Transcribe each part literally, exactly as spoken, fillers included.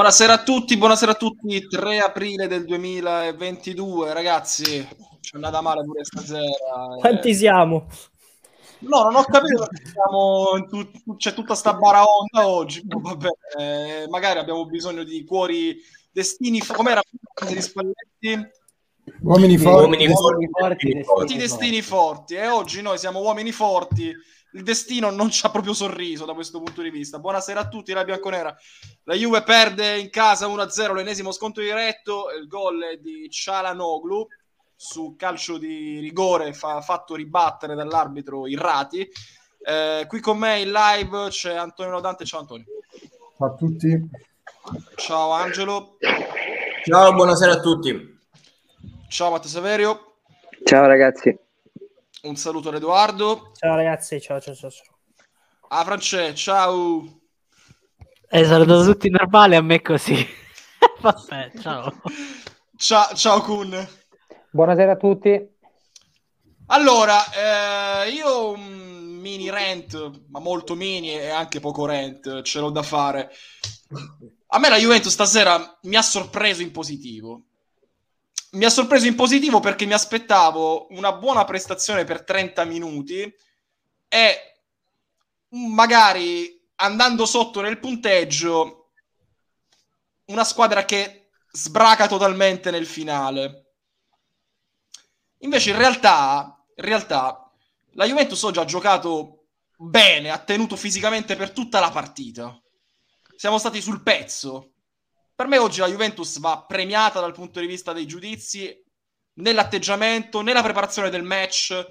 Buonasera a tutti, buonasera a tutti. tre aprile del duemilaventidue, ragazzi. Ci è andata male pure stasera. Quanti eh. siamo? No, non ho capito perché siamo in tut- c'è tutta sta baraonda oggi. Ma vabbè, eh, magari abbiamo bisogno di cuori destini. fo- Com'era di Spalletti? Uomini Sì, forti, Uomini uomini forti, forti, destini Tutti forti. destini forti. E oggi noi siamo uomini forti. Il destino non ci ha proprio sorriso da questo punto di vista. Buonasera a tutti, la bianconera. La Juve perde in casa uno a zero, l'ennesimo scontro diretto. Il gol è di Çalhanoğlu su calcio di rigore fa- fatto ribattere dall'arbitro Irrati. Eh, qui con me in live c'è Antonio Laudante. Ciao Antonio. Ciao a tutti. Ciao Angelo. Ciao, buonasera a tutti. Ciao Matteo Saverio. Ciao ragazzi. Un saluto ad Edoardo. Ciao ragazzi, ciao ciao ciao. ciao. A France, ciao. Hai salutato tutti normale, a me così. Vabbè, ciao. Ciao, ciao Kun. Buonasera a tutti. Allora, eh, io un mini rant, ma molto mini e anche poco rant, ce l'ho da fare. A me la Juventus stasera mi ha sorpreso in positivo. Mi ha sorpreso in positivo perché mi aspettavo una buona prestazione per trenta minuti e magari andando sotto nel punteggio una squadra che sbraca totalmente nel finale. Invece in realtà, in realtà la Juventus oggi ha giocato bene, ha tenuto fisicamente per tutta la partita. Siamo stati sul pezzo. Per me oggi la Juventus va premiata dal punto di vista dei giudizi, nell'atteggiamento, nella preparazione del match,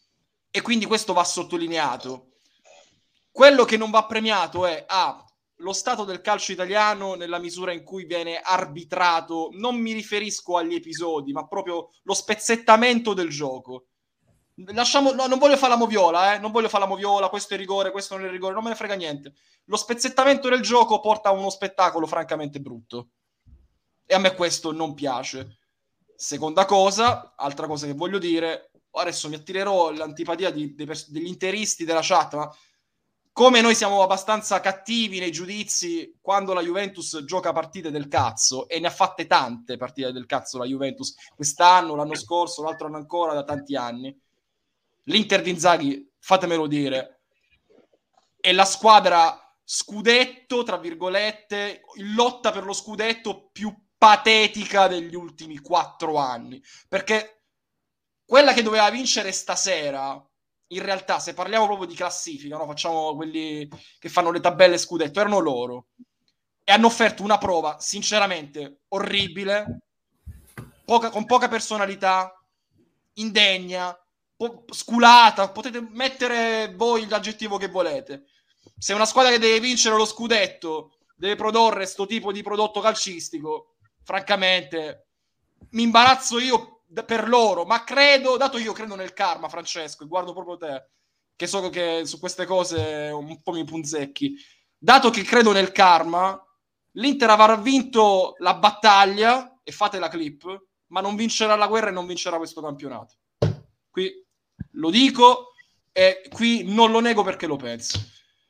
e quindi questo va sottolineato. Quello che non va premiato è A, lo stato del calcio italiano nella misura in cui viene arbitrato. Non mi riferisco agli episodi, ma proprio lo spezzettamento del gioco. Lasciamo, no, non voglio fare la moviola, eh? non voglio fare la moviola, questo è rigore, questo non è rigore, non me ne frega niente. Lo spezzettamento del gioco porta a uno spettacolo francamente brutto. E a me questo non piace. Seconda cosa, altra cosa che voglio dire, adesso mi attirerò l'antipatia di, dei, degli interisti della chat, ma come noi siamo abbastanza cattivi nei giudizi quando la Juventus gioca partite del cazzo, e ne ha fatte tante partite del cazzo la Juventus quest'anno, l'anno scorso, l'altro anno ancora, da tanti anni. L'Inter di Inzaghi, fatemelo dire, è la squadra scudetto, tra virgolette, in lotta per lo scudetto più patetica degli ultimi quattro anni, perché quella che doveva vincere stasera, in realtà, se parliamo proprio di classifica, no? Facciamo quelli che fanno le tabelle scudetto, erano loro, e hanno offerto una prova sinceramente orribile, poca, con poca personalità, indegna, po- sculata. Potete mettere voi l'aggettivo che volete. Se una squadra che deve vincere lo scudetto deve produrre sto tipo di prodotto calcistico, francamente mi imbarazzo io per loro, ma credo, dato io credo nel karma, Francesco, e guardo proprio te, che so che su queste cose un po' mi punzecchi, dato che credo nel karma, l'Inter avrà vinto la battaglia, e fate la clip, ma non vincerà la guerra e non vincerà questo campionato. Qui lo dico e qui non lo nego perché lo penso.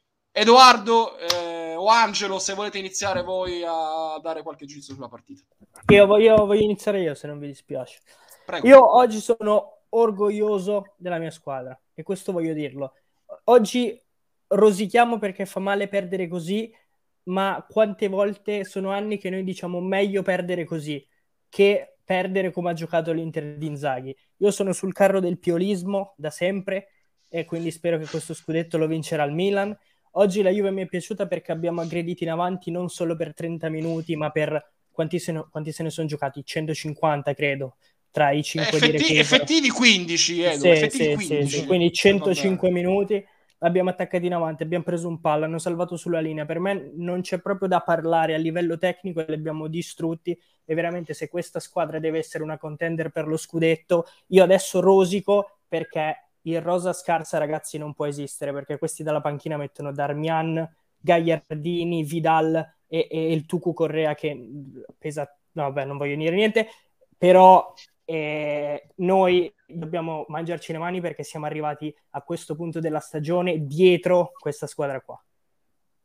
Edoardo eh, o Angelo, se volete iniziare voi a dare qualche giudizio sulla partita. Io voglio, voglio iniziare io, se non vi dispiace. Prego. Io oggi sono orgoglioso della mia squadra, e questo voglio dirlo. Oggi rosichiamo perché fa male perdere così, ma quante volte sono anni che noi diciamo meglio perdere così che perdere come ha giocato l'Inter di Inzaghi. Io sono sul carro del piolismo da sempre, e quindi spero che questo scudetto lo vincerà il Milan. Oggi la Juve mi è piaciuta perché abbiamo aggredito in avanti non solo per trenta minuti, ma per quanti se ne, quanti se ne sono giocati? centocinquanta, credo, tra i cinque Effetti, di recupero. effettivi quindici, Edo, sì, effettivi sì, quindici. sì, sì. Quindi centocinque minuti abbiamo attaccato in avanti, abbiamo preso un palo, hanno salvato sulla linea. Per me non c'è proprio da parlare a livello tecnico, li abbiamo distrutti, e veramente se questa squadra deve essere una contender per lo scudetto, io adesso rosico perché il rosa scarsa, ragazzi, non può esistere, perché questi dalla panchina mettono Darmian, Gagliardini, Vidal e, e il Tucu Correa che pesa, no vabbè, non voglio dire niente, però eh, noi dobbiamo mangiarci le mani perché siamo arrivati a questo punto della stagione dietro questa squadra qua.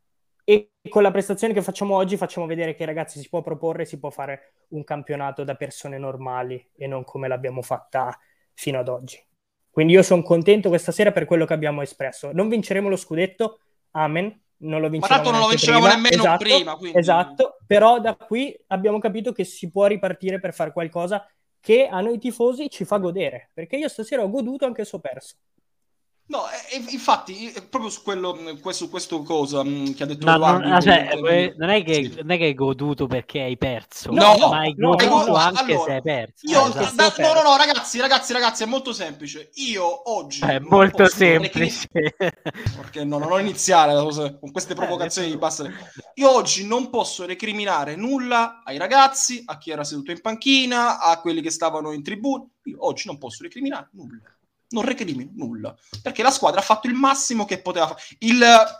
e con la prestazione che facciamo oggi facciamo vedere che, ragazzi, si può proporre, si può fare un campionato da persone normali e non come l'abbiamo fatta fino ad oggi. Quindi io sono contento questa sera per quello che abbiamo espresso. Non vinceremo lo scudetto, amen, non lo Ma tanto vinceremo non lo neanche vincevamo prima. nemmeno Esatto, prima, quindi... esatto, però da qui abbiamo capito che si può ripartire per fare qualcosa che a noi tifosi ci fa godere, perché io stasera ho goduto anche se ho perso. No, e, e infatti, eh, proprio su quello, questo, questo cosa mh, che ha detto No, Edoardo, non, di cioè, quell'interview. non è che Sì. non è che hai goduto perché hai perso, No, No, ma hai no, hai goduto go- anche allora, se hai perso. io, Eh, Anche esatto. se ho da- no, no, perso. no, ragazzi, ragazzi, ragazzi, è molto semplice. Io oggi È non molto posso recri- semplice. Perché no, non ho iniziare la cosa- con queste Eh, provocazioni di detto bassa. tu. Io oggi non posso recriminare nulla ai ragazzi, a chi era seduto in panchina, a quelli che stavano in tribuna. Io oggi non posso recriminare nulla. Non recrimino nulla. Perché la squadra ha fatto il massimo che poteva fare. Il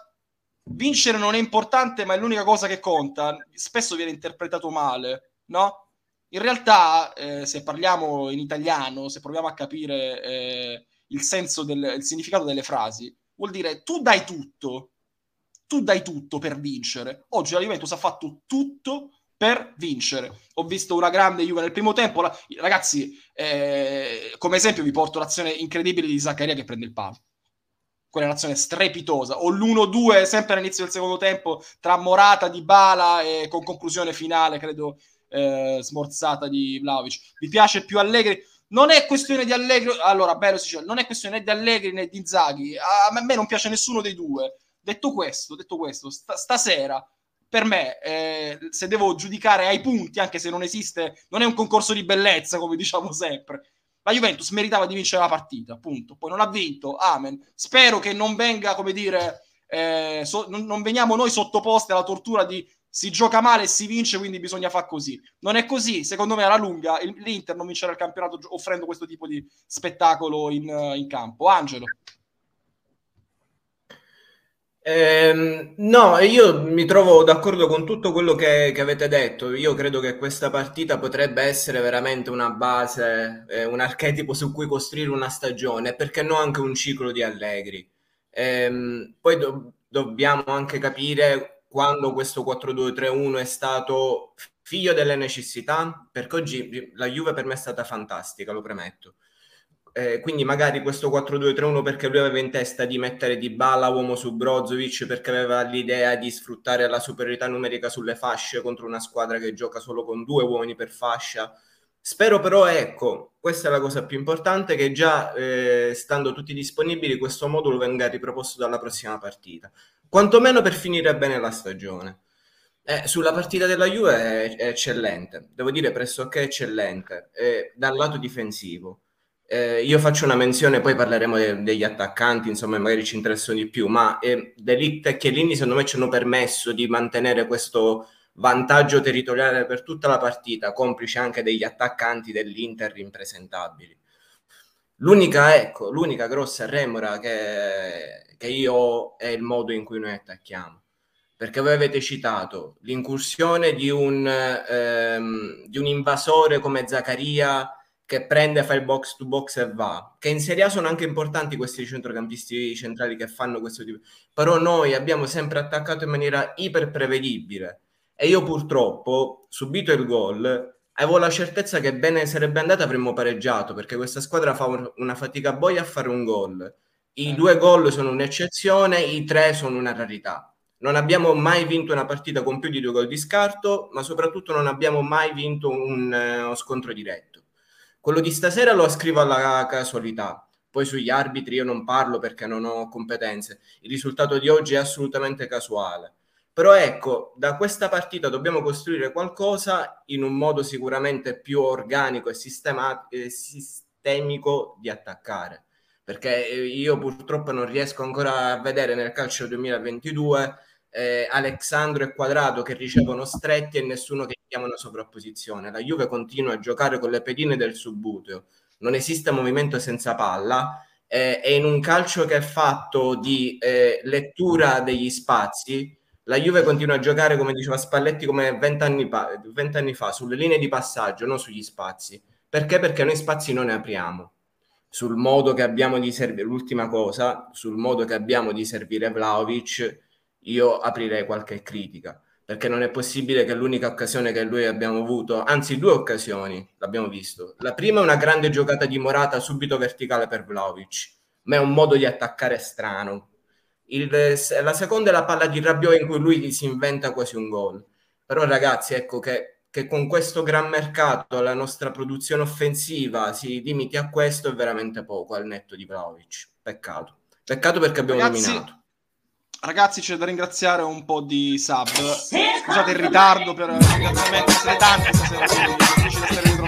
vincere non è importante, ma è l'unica cosa che conta. Spesso viene interpretato male, no? In realtà, eh, se parliamo in italiano, se proviamo a capire eh, il senso del il significato delle frasi, vuol dire tu dai tutto, tu dai tutto per vincere. Oggi la Juventus ha fatto tutto per vincere. Ho visto una grande Juve nel primo tempo. La... Ragazzi, eh, come esempio vi porto l'azione incredibile di Zaccaria che prende il palo. Quella è un'azione strepitosa. O l'uno due sempre all'inizio del secondo tempo tra Morata, Dybala e con conclusione finale, credo, eh, smorzata di Vlahovic. Vi piace più Allegri? Non è questione di Allegri, allora, bello si dice, non è questione né di Allegri né di Inzaghi. A me non piace nessuno dei due. Detto questo, detto questo, st- stasera per me, eh, se devo giudicare ai punti, anche se non esiste, non è un concorso di bellezza, come diciamo sempre. La Juventus meritava di vincere la partita, punto. Poi non ha vinto, amen. Spero che non venga, come dire, eh, so, non, non veniamo noi sottoposti alla tortura di si gioca male e si vince, quindi bisogna fare così. Non è così, secondo me alla lunga il, l'Inter non vincerà il campionato offrendo questo tipo di spettacolo in, in campo. Angelo. Eh, no, io mi trovo d'accordo con tutto quello che, che avete detto. Io credo che questa partita potrebbe essere veramente una base, eh, un archetipo su cui costruire una stagione, perché no anche un ciclo di Allegri. Ehm, poi do- dobbiamo anche capire quando questo quattro due tre uno è stato figlio delle necessità, perché oggi la Juve per me è stata fantastica, lo premetto. Eh, quindi magari questo quattro due tre uno perché lui aveva in testa di mettere Dybala uomo su Brozovic, perché aveva l'idea di sfruttare la superiorità numerica sulle fasce contro una squadra che gioca solo con due uomini per fascia. Spero però, ecco, questa è la cosa più importante, che già eh, stando tutti disponibili questo modulo venga riproposto dalla prossima partita, quantomeno per finire bene la stagione. Eh, sulla partita della Juve è, è eccellente, devo dire pressoché eccellente, eh, dal lato difensivo. Eh, io faccio una menzione, poi parleremo de- degli attaccanti, insomma, magari ci interessano di più, ma eh, De Ligt e Chiellini secondo me ci hanno permesso di mantenere questo vantaggio territoriale per tutta la partita, complice anche degli attaccanti dell'Inter impresentabili. L'unica, ecco, l'unica grossa remora che, che io ho è il modo in cui noi attacchiamo, perché voi avete citato l'incursione di un, ehm, di un invasore come Zaccaria che prende, fa il box to box e va, che in Serie A sono anche importanti questi centrocampisti centrali che fanno questo tipo, però noi abbiamo sempre attaccato in maniera iper prevedibile e io purtroppo, subito il gol, avevo la certezza che bene sarebbe andata, avremmo pareggiato, perché questa squadra fa una fatica boia a fare un gol. I Eh. due gol sono un'eccezione, i tre sono una rarità. Non abbiamo mai vinto una partita con più di due gol di scarto, ma soprattutto non abbiamo mai vinto un uh, scontro diretto. Quello di stasera lo ascrivo alla casualità. Poi sugli arbitri io non parlo perché non ho competenze. Il risultato di oggi è assolutamente casuale. Però ecco, da questa partita dobbiamo costruire qualcosa in un modo sicuramente più organico e, sistema- e sistemico di attaccare. Perché io purtroppo non riesco ancora a vedere nel calcio duemilaventidue eh, Alexandro e Quadrato che ricevono stretti e nessuno che chiama una sovrapposizione. La Juve continua a giocare con le pedine del subbuteo. Non esiste movimento senza palla eh, e in un calcio che è fatto di eh, lettura degli spazi, la Juve continua a giocare, come diceva Spalletti, come vent'anni pa- vent'anni fa, sulle linee di passaggio, non sugli spazi. Perché? Perché noi spazi non ne apriamo. Sul modo che abbiamo di servire, l'ultima cosa, sul modo che abbiamo di servire Vlahovic, io aprirei qualche critica, perché non è possibile che l'unica occasione che lui abbiamo avuto, anzi due occasioni, l'abbiamo visto. La prima è una grande giocata di Morata subito verticale per Vlahovic, ma è un modo di attaccare strano. Il, la seconda è la palla di Rabiot in cui lui si inventa quasi un gol. Però ragazzi, ecco che, che con questo gran mercato la nostra produzione offensiva si limiti a questo è veramente poco al netto di Vlahovic. Peccato. Peccato perché abbiamo Ragazzi, dominato. Ragazzi, c'è da ringraziare un po' di sub. Scusate il ritardo per il ringraziamento, siete tanti stasera. Difficile stare dietro.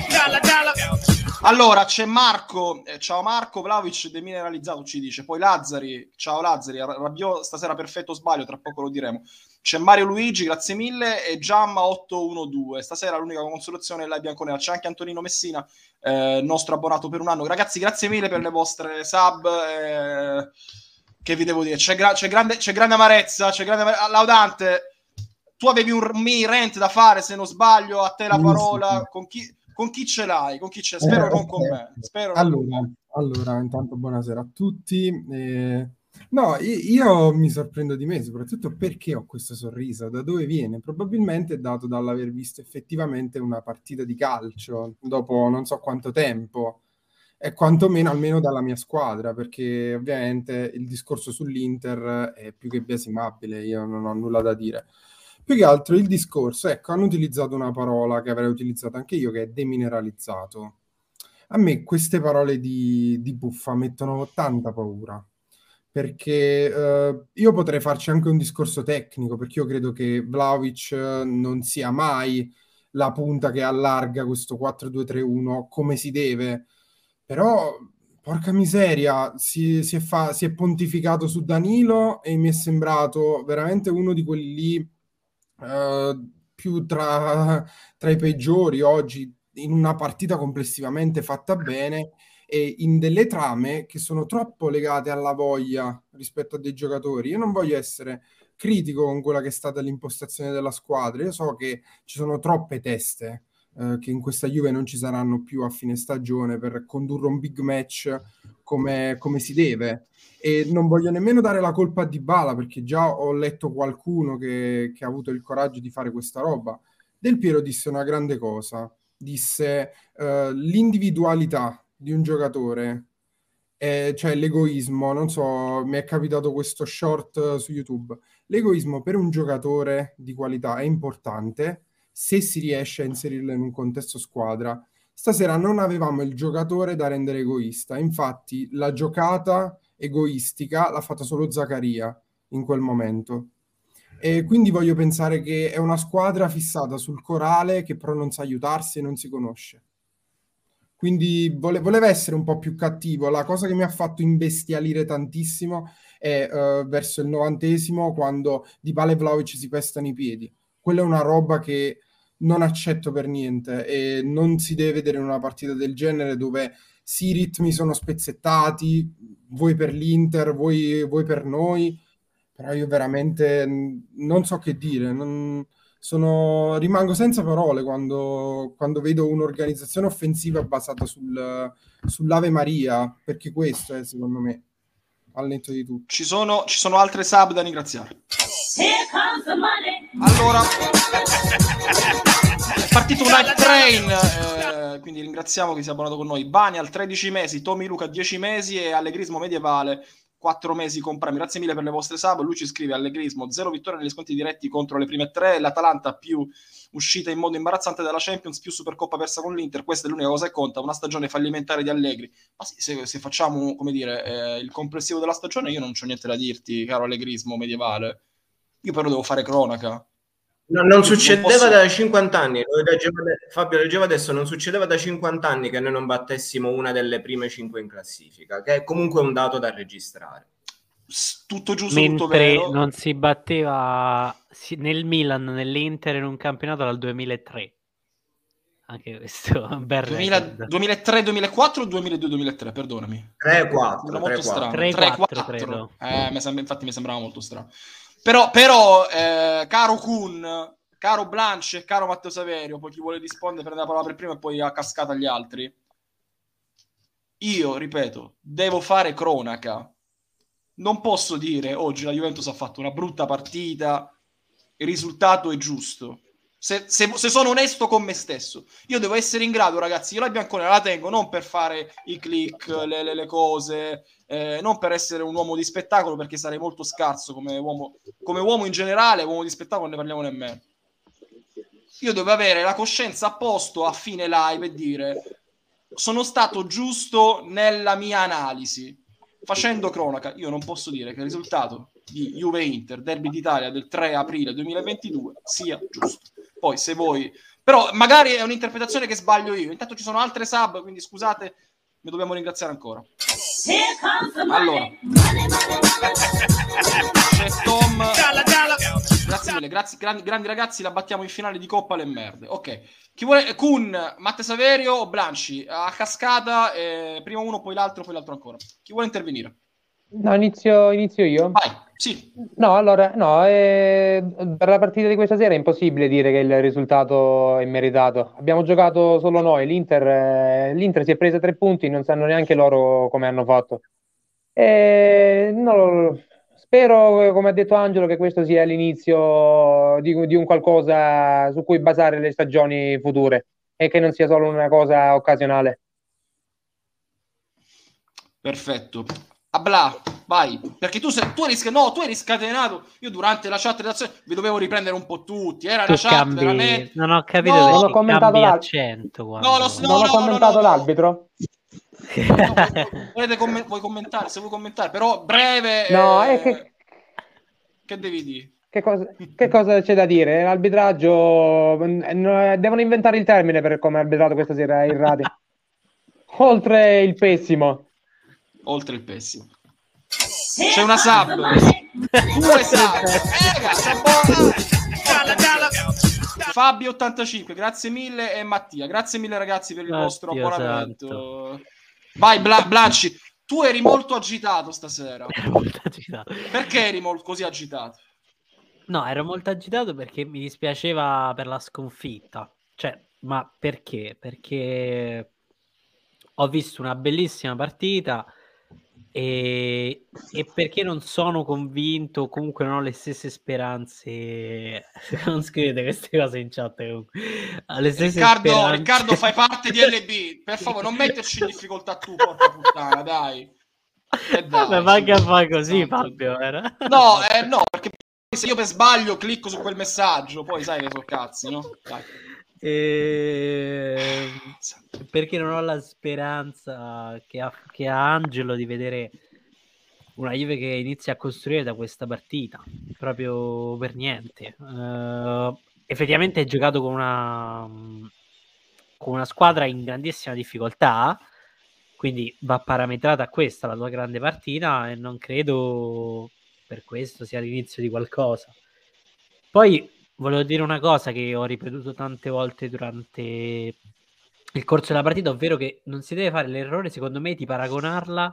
Allora, c'è Marco, eh, ciao Marco, Vlahovic demineralizzato ci dice, poi Lazzari, ciao Lazzari, Rabiot stasera perfetto sbaglio, tra poco lo diremo. C'è Mario Luigi, grazie mille, e Giamma otto uno due, stasera l'unica consolazione è la bianconera. C'è anche Antonino Messina, eh, nostro abbonato per un anno. Ragazzi, grazie mille per le vostre sub, eh, che vi devo dire, c'è, gra- c'è, grande, c'è grande amarezza, c'è grande amarezza. Laudante, tu avevi un mini rant da fare, se non sbaglio, a te la parola, con chi... Con chi ce l'hai? Con chi ce l'hai? Spero Eh, non ok. con me. Spero non Allora, con me. allora, intanto buonasera a tutti. Eh, no, io, io mi sorprendo di me, soprattutto perché ho questo sorriso. Da dove viene? Probabilmente è dato dall'aver visto effettivamente una partita di calcio dopo non so quanto tempo, e quantomeno almeno dalla mia squadra, perché ovviamente il discorso sull'Inter è più che biasimabile, io non ho nulla da dire. Più che altro il discorso, ecco, hanno utilizzato una parola che avrei utilizzato anche io, che è demineralizzato. A me queste parole di, di Buffa mettono tanta paura, perché eh, io potrei farci anche un discorso tecnico, perché io credo che Vlahovic eh, non sia mai la punta che allarga questo quattro due tre uno come si deve, però porca miseria, si, si è fa- si è pontificato su Danilo e mi è sembrato veramente uno di quelli lì eh, più tra, tra i peggiori oggi, in una partita complessivamente fatta bene e in delle trame che sono troppo legate alla voglia rispetto a dei giocatori. Io non voglio essere critico con quella che è stata l'impostazione della squadra. Io so che ci sono troppe teste eh, che in questa Juve non ci saranno più a fine stagione per condurre un big match come, come si deve. E non voglio nemmeno dare la colpa a Dybala, perché già ho letto qualcuno che, che ha avuto il coraggio di fare questa roba. Del Piero disse una grande cosa, disse eh, l'individualità di un giocatore, eh, cioè l'egoismo, non so, mi è capitato questo short eh, su YouTube, l'egoismo per un giocatore di qualità è importante se si riesce a inserirlo in un contesto squadra. Stasera non avevamo il giocatore da rendere egoista, infatti la giocata egoistica l'ha fatta solo Zaccaria in quel momento. E quindi voglio pensare che è una squadra fissata sul corale che però non sa aiutarsi e non si conosce. Quindi vole- voleva essere un po' più cattivo. La cosa che mi ha fatto imbestialire tantissimo è eh, verso il novantesimo, quando Dybala e Vlahovic si pestano i piedi. Quella è una roba che non accetto per niente e non si deve vedere in una partita del genere, dove sì, i ritmi sono spezzettati, voi per l'Inter, voi, voi per noi, però io veramente mh, non so che dire, non- sono- rimango senza parole quando, quando vedo un'organizzazione offensiva basata sul, sull'Ave Maria, perché questo è secondo me al netto di tutto. Ci sono, ci sono altre sub da ringraziare. Allora, è partito un hype train, eh, quindi ringraziamo chi si è abbonato con noi. Bani al tredici mesi, Tommy Luca dieci mesi e Allegrismo Medievale quattro mesi con Prime. Grazie mille per le vostre sub. Lui ci scrive: Allegrismo, zero vittorie negli scontri diretti contro le prime tre, l'Atalanta più uscita in modo imbarazzante dalla Champions, più Supercoppa persa con l'Inter. Questa è l'unica cosa che conta, una stagione fallimentare di Allegri. Ma sì, se, se facciamo, come dire, eh, il complessivo della stagione, io non c'ho niente da dirti, caro Allegrismo Medievale. Io però devo fare cronaca. No, non Quindi succedeva posso- da cinquanta anni, lo leggeva de- Fabio leggeva adesso, non succedeva da cinquanta anni che noi non battessimo una delle prime cinque in classifica, che è comunque un dato da registrare. S- Tutto giusto, tutto Mentre vero. non si batteva si- nel Milan, nell'Inter in un campionato dal duemilatré. Anche questo è un bel duemila record. duemilatré duemilaquattro o duemiladue duemilatré, perdonami. tre quattro, Sembra molto strano. tre quattro, credo. Eh, mi sembra- infatti mi sembrava molto strano. Però, però eh, caro Kun, caro Blanche e caro Matteo Saverio, poi chi vuole rispondere prende la parola per primo e poi a cascata agli altri. Io, ripeto, devo fare cronaca. non posso dire oggi la Juventus ha fatto una brutta partita, il risultato è giusto. Se, se, se sono onesto con me stesso, io devo essere in grado, ragazzi, io la bianconera la tengo non per fare i click, le, le, le cose, eh, non per essere un uomo di spettacolo, perché sarei molto scarso come uomo, come uomo in generale, uomo di spettacolo ne parliamo nemmeno. Io devo avere la coscienza a posto a fine live e dire sono stato giusto nella mia analisi. Facendo cronaca, io non posso dire che il risultato di Juve-Inter, Derby d'Italia del tre aprile duemilaventidue sia giusto. Poi se voi... Però magari è un'interpretazione che sbaglio io. Intanto ci sono altre sub, quindi scusate, mi dobbiamo ringraziare ancora. Allora. C'è Tom. Grazie mille, grazie, grandi, grandi ragazzi, la battiamo in finale di Coppa alle merde. Ok. Chi vuole... Kun, Matte Saverio o Blanci? A cascata, eh, prima uno, poi l'altro, poi l'altro ancora. Chi vuole intervenire? No, inizio, inizio io. Vai, sì. No, allora, no, eh, per la partita di questa sera è impossibile dire che il risultato è meritato. Abbiamo giocato solo noi, l'Inter, eh, l'Inter si è presa tre punti, non sanno neanche loro come hanno fatto. E, no, spero, come ha detto Angelo, che questo sia l'inizio di, di un qualcosa su cui basare le stagioni future e che non sia solo una cosa occasionale. Perfetto. Abla, vai, perché tu, sei, tu, eri, no, tu eri scatenato. Io durante la chat redazione vi dovevo riprendere un po' tutti. Era tu una chat cambi... veramente... Non ho capito no, non ho commentato l'accento. Quando... No, lo, no, non ho no, commentato no, no, l'arbitro. No, volete com- vuoi commentare? Se vuoi commentare, però breve. No, eh... è che... che devi dire? Che cosa, che cosa c'è da dire? L'arbitraggio... Devono inventare il termine per come ha arbitrato questa sera il Radi. Oltre il pessimo. Oltre il pessimo. C'è una sub. Due sub. Fabio ottantacinque, grazie mille, e Mattia. Grazie mille ragazzi per il Oddio vostro abbonamento. santo. Vai Bla- Blanci, tu eri molto agitato stasera. Ero molto agitato. Perché eri molto così agitato? No, ero molto agitato perché mi dispiaceva per la sconfitta. Cioè, ma perché? Perché ho visto una bellissima partita e, e perché non sono convinto, comunque non ho le stesse speranze. Non scrivete queste cose in chat comunque. Le stesse Riccardo, speranze... Riccardo, fai parte di L B, per favore non metterci in difficoltà tu, porca puttana, dai. Eh dai, vabbè, manca a fare così, tanto... Fabio era. No, eh, no, perché se io per sbaglio clicco su quel messaggio, poi sai che sono cazzi, no? Dai. E... perché non ho la speranza che ha, che ha Angelo di vedere una Juve che inizia a costruire da questa partita, proprio per niente. Uh, effettivamente hai giocato con una con una squadra in grandissima difficoltà, quindi va parametrata questa la tua grande partita e non credo per questo sia l'inizio di qualcosa. Poi volevo dire una cosa che ho ripetuto tante volte durante il corso della partita, ovvero che non si deve fare l'errore, secondo me, di paragonarla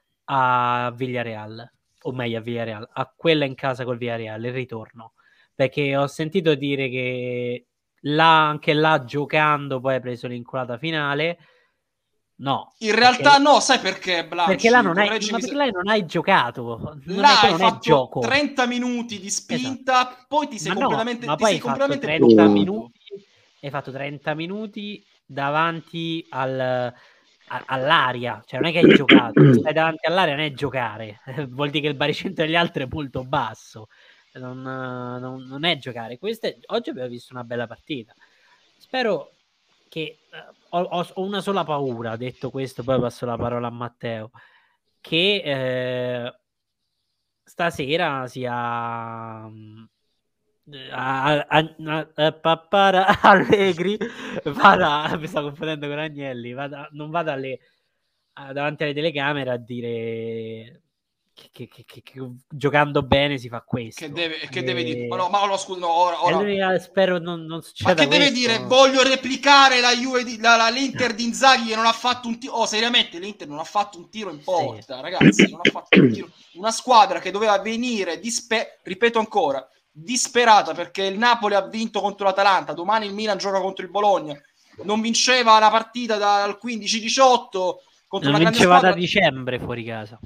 a Villarreal, o meglio a Villarreal, a quella in casa col Villarreal, il ritorno. Perché ho sentito dire che là, anche là giocando poi hai preso l'inculata finale. No. In realtà perché... no, sai perché, Blanci? Perché là non hai, ma perché là non hai giocato. Non là è, hai non fatto è gioco. trenta minuti di spinta, esatto. Poi ti sei ma completamente no, ma ti poi sei completamente trenta minuti, hai fatto trenta minuti davanti al, a, all'aria, cioè non è che hai giocato, stai davanti all'aria non è giocare, vuol dire che il baricentro degli altri è molto basso, non, non, non è giocare. Queste, oggi abbiamo visto una bella partita, spero che uh, ho, ho una sola paura, detto questo poi passo la parola a Matteo, che eh, stasera sia um, a, a, a, a Pappara Allegri vada, mi sto confondendo con Agnelli, vada, non vada alle, a, davanti alle telecamere a dire che, che, che, che giocando bene si fa questo, che deve, che e... deve dire ma no, ma no, scusa, no, ora, ora... Allora, spero non, non succeda ma che questo. deve dire voglio replicare la Juve di, la, la, l'Inter di Inzaghi che non ha fatto un tiro, oh seriamente l'Inter non ha fatto un tiro in porta, sì. Ragazzi, non ha fatto un tiro, una squadra che doveva venire dispe... ripeto ancora disperata perché il Napoli ha vinto contro l'Atalanta, domani il Milan gioca contro il Bologna, non vinceva la partita dal quindici diciotto contro non una grande vinceva squadra da dicembre fuori casa.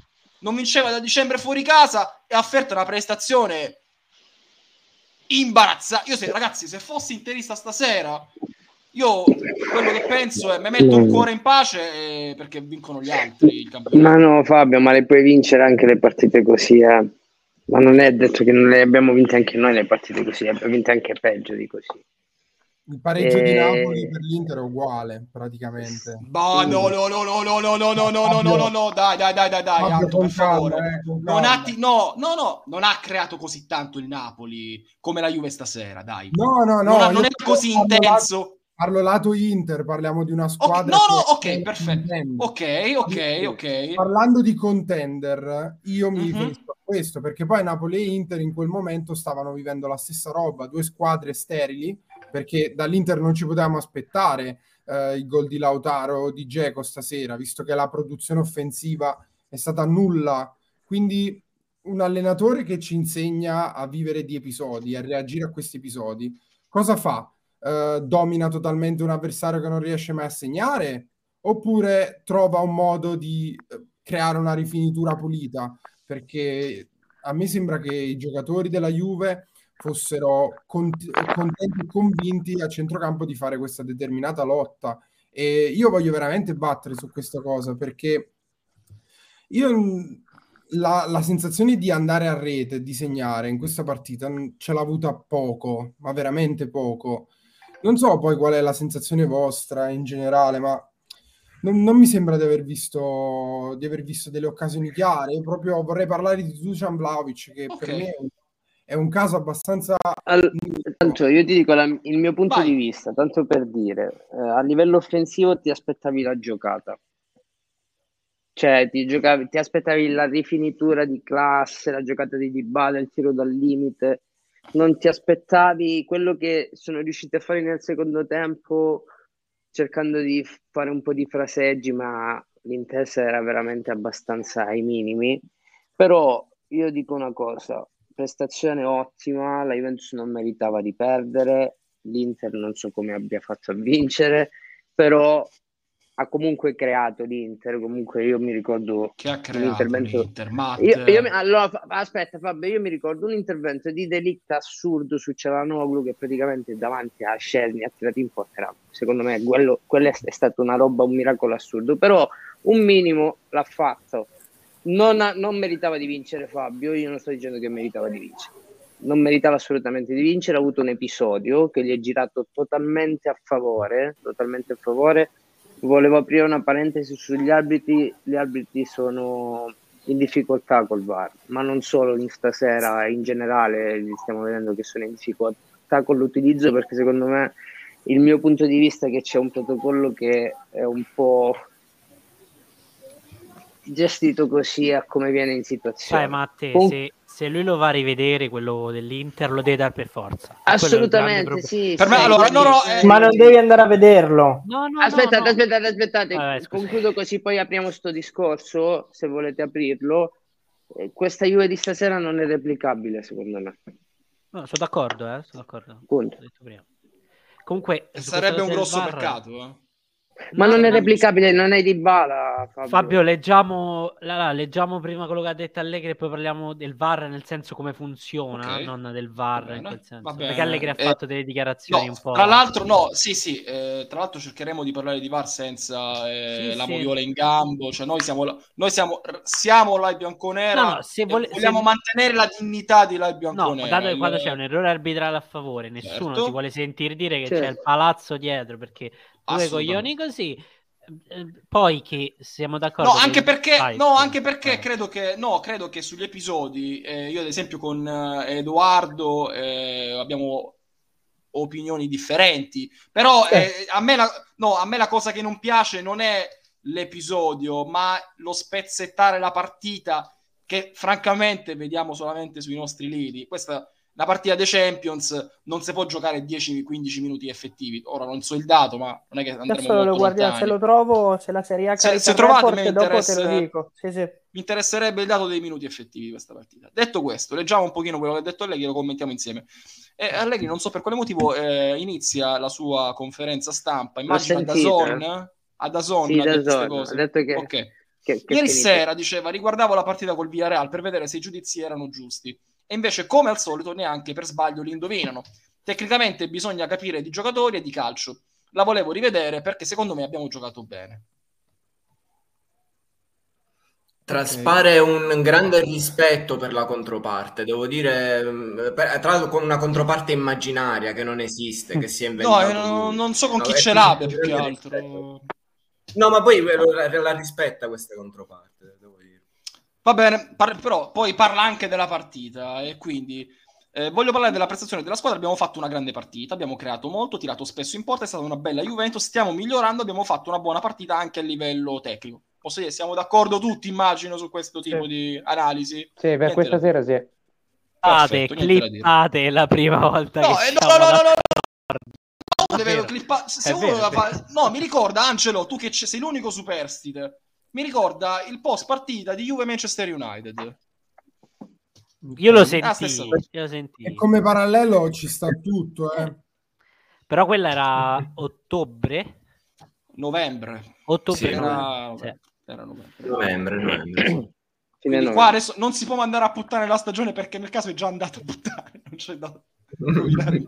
non vinceva da dicembre fuori casa e ha offerto una prestazione imbarazzante. Io se, ragazzi, se fossi interista stasera, io quello che penso è mi metto il cuore in pace eh, perché vincono gli altri il campionato. Ma no, Fabio, ma le puoi vincere anche le partite così, eh. Ma non è detto che non le abbiamo vinte anche noi le partite così, abbiamo vinte anche peggio di così. Il pareggio E- di Napoli per l'Inter è uguale, praticamente. Ma no, no, no, no, no, no, no, no, no, no, no, no, no, dai, dai, dai, dai, dai, Fabio, Anto, con per favore. calma, eh, con Non ha, calma. ti- no, no, no, non ha creato così tanto il Napoli come la Juve stasera, dai. No, no, no. non, ha- non io è così parlo intenso. Lato, parlo lato Inter, parliamo di una Ok, squadra no, no, che ok, è perfetto. contender. Ok, ok, ok. Parlando di contender, io mi Mhm. riferisco a questo, perché poi Napoli e Inter in quel momento stavano vivendo la stessa roba, due squadre sterili, perché dall'Inter non ci potevamo aspettare eh, il gol di Lautaro o di Dzeko stasera, visto che la produzione offensiva è stata nulla. Quindi un allenatore che ci insegna a vivere di episodi, a reagire a questi episodi, cosa fa? Eh, domina totalmente un avversario che non riesce mai a segnare? Oppure trova un modo di eh, creare una rifinitura pulita? Perché a me sembra che i giocatori della Juve fossero cont- contenti e convinti a centrocampo di fare questa determinata lotta. E io voglio veramente battere su questa cosa, perché io mh, la, la sensazione di andare a rete, di segnare in questa partita mh, ce l'ho avuta poco, ma veramente poco. Non so poi qual è la sensazione vostra in generale, ma non, non mi sembra di aver visto, di aver visto delle occasioni chiare. Io proprio vorrei parlare di Dusan Vlahovic, che Ok. per me è un, è un caso abbastanza... Al- tanto io ti dico la- il mio punto Vai. di vista, tanto per dire, eh, a livello offensivo ti aspettavi la giocata, cioè ti, giocavi, ti aspettavi la rifinitura di classe, la giocata di Dybala, il tiro dal limite, non ti aspettavi quello che sono riusciti a fare nel secondo tempo cercando di fare un po' di fraseggi, ma l'intesa era veramente abbastanza ai minimi. Però io dico una cosa, prestazione ottima, la Juventus non meritava di perdere, l'Inter non so come abbia fatto a vincere, però ha comunque creato l'Inter, comunque io mi ricordo Che ha un creato intervento... l'Inter, Matt? Io, io mi- allora, fa- aspetta Fabio, io mi ricordo un intervento di De Ligt assurdo su Cialanoglu che praticamente davanti a Szczesny ha tirato in porta. Secondo me quello, quello è, è stata una roba, un miracolo assurdo, però un minimo l'ha fatto. Non, ha- non meritava di vincere Fabio, io non sto dicendo che meritava di vincere, non meritava assolutamente di vincere, ha avuto un episodio che gli è girato totalmente a favore, totalmente a favore. Volevo aprire una parentesi sugli arbitri, gli arbitri sono in difficoltà col V A R, ma non solo in stasera, in generale li stiamo vedendo che sono in difficoltà con l'utilizzo, perché secondo me il mio punto di vista è che c'è un protocollo che è un po' gestito così a come viene in situazione. Sai, Matte, Con- se, se lui lo va a rivedere, quello dell'Inter, lo deve dare per forza. Assolutamente sì. Per me, sì, allora, quindi- no, no, eh, Ma non devi andare a vederlo. No, no, aspettate, no, no. aspettate, aspettate, Vabbè, scusa. concludo così poi apriamo sto discorso, se volete aprirlo. Eh, Questa Juve di stasera non è replicabile, secondo me. No, sono d'accordo, eh, sono d'accordo. Punto. L'ho detto prima. Comunque, su sarebbe un questa cosa grosso del V A R, peccato. Eh. Ma no, non è no, replicabile, non è Dybala, Fabio. Fabio, leggiamo, la- la- leggiamo prima quello che ha detto Allegri e poi parliamo del V A R nel senso come funziona, Ok. non del V A R Va in bene, quel senso. va bene. Perché Allegri ha Eh, fatto delle dichiarazioni No, un po'... tra l'altro, no, sì, sì, eh, tra l'altro cercheremo di parlare di V A R senza eh, Sì, la sì. moviola in gambo, cioè noi siamo, la- noi siamo, siamo la bianconera No, no, se e vole- vogliamo se- mantenere la dignità di la No, bianconera. dato che Il- quando c'è un errore arbitrale a favore, nessuno Certo. si vuole sentire dire che Certo. c'è il palazzo dietro perché due Assolutamente. coglioni così. eh, Poi che siamo d'accordo. No, anche che- perché, Vai, no, scusa. anche perché Vai. credo che, no, credo che sugli episodi, eh, io ad esempio con eh, Edoardo eh, abbiamo opinioni differenti, però eh, a me la, no, a me la cosa che non piace non è l'episodio, ma lo spezzettare la partita che francamente vediamo solamente sui nostri lidi. Questa la partita dei Champions non si può giocare dieci quindici minuti effettivi. Ora non so il dato, ma non è che andremo Adesso lo molto guardiamo, lontani. se lo trovo, se la Serie A Se- carica se il trovate, report, mi dopo te interessa- lo dico. Sì, sì. Mi interesserebbe il dato dei minuti effettivi di questa partita. Detto questo, leggiamo un pochino quello che ha detto Allegri, lo commentiamo insieme. E Allegri, non so per quale motivo, eh, inizia la sua conferenza stampa. Immagino a sentito, Dazon, a Dazon Sì, ha detto Dazon, queste cose. ha detto che- Ok. Che, che Ieri finito. sera, diceva, riguardavo la partita col Villarreal per vedere se i giudizi erano giusti. E invece, come al solito, neanche per sbaglio li indovinano. Tecnicamente bisogna capire di giocatori e di calcio. La volevo rivedere perché secondo me abbiamo giocato bene. Traspare un grande rispetto per la controparte, devo dire, per, tra l'altro con una controparte immaginaria che non esiste, che si è No, inventato eh, non, lui. non so con No, chi è ce così, l'abbia un più che grande altro. rispetto. No, ma poi la, la rispetta questa controparte, devo dire. Va bene, par- però poi parla anche della partita e quindi eh, voglio parlare della prestazione della squadra. Abbiamo fatto una grande partita, abbiamo creato molto, tirato spesso in porta, è stata una bella Juventus, stiamo migliorando, abbiamo fatto una buona partita anche a livello tecnico. Posso dire, siamo d'accordo tutti, immagino, su questo tipo Sì. di analisi? Sì, per Niente questa da sera sì. Perfetto, niente da dire. Clippate la prima volta No, che eh, no, siamo no, no, no, d'accordo. no, no, deve vero. clippa- se, se È uno vero, la è fa- vero. no, mi ricorda, Angelo, tu che c- sei l'unico superstite, mi ricorda il post partita di Juve Manchester United. Io lo Ah, sentì, stessa- io lo sentì. E come parallelo ci sta tutto, eh. Però quella era ottobre. Novembre. Ottobre, Sì, novembre. Era, Sì. era novembre. Novembre, novembre. Sì. Fine Quindi novembre. qua adesso non si può mandare a puttane la stagione perché nel caso è già andato a puttane, non c'è da rovinare.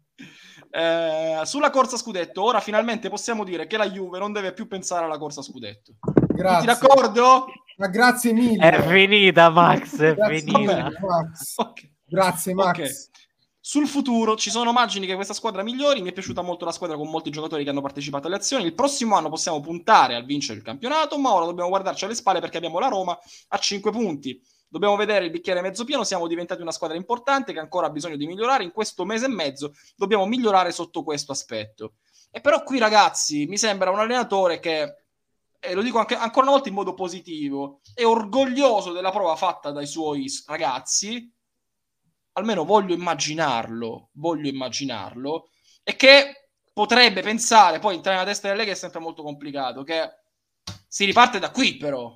Eh, sulla corsa scudetto, ora finalmente possiamo dire che la Juve non deve più pensare alla corsa scudetto. Grazie. Tutti d'accordo? Ma grazie mille. È finita, Max, è Grazie finita. mille, Max. Ok. Grazie, Max. Ok. Sul futuro ci sono margini che questa squadra migliori. Mi è piaciuta molto la squadra con molti giocatori che hanno partecipato alle azioni. Il prossimo anno possiamo puntare a vincere il campionato, ma ora dobbiamo guardarci alle spalle perché abbiamo la Roma a cinque punti. Dobbiamo vedere il bicchiere mezzo pieno. Siamo diventati una squadra importante che ancora ha bisogno di migliorare. In questo mese e mezzo dobbiamo migliorare sotto questo aspetto. E però qui, ragazzi, mi sembra un allenatore che, e lo dico anche ancora una volta in modo positivo, è orgoglioso della prova fatta dai suoi ragazzi. Almeno voglio immaginarlo, voglio immaginarlo, e che potrebbe pensare, poi entrare nella testa delle Lega è sempre molto complicato, che si riparte da qui però.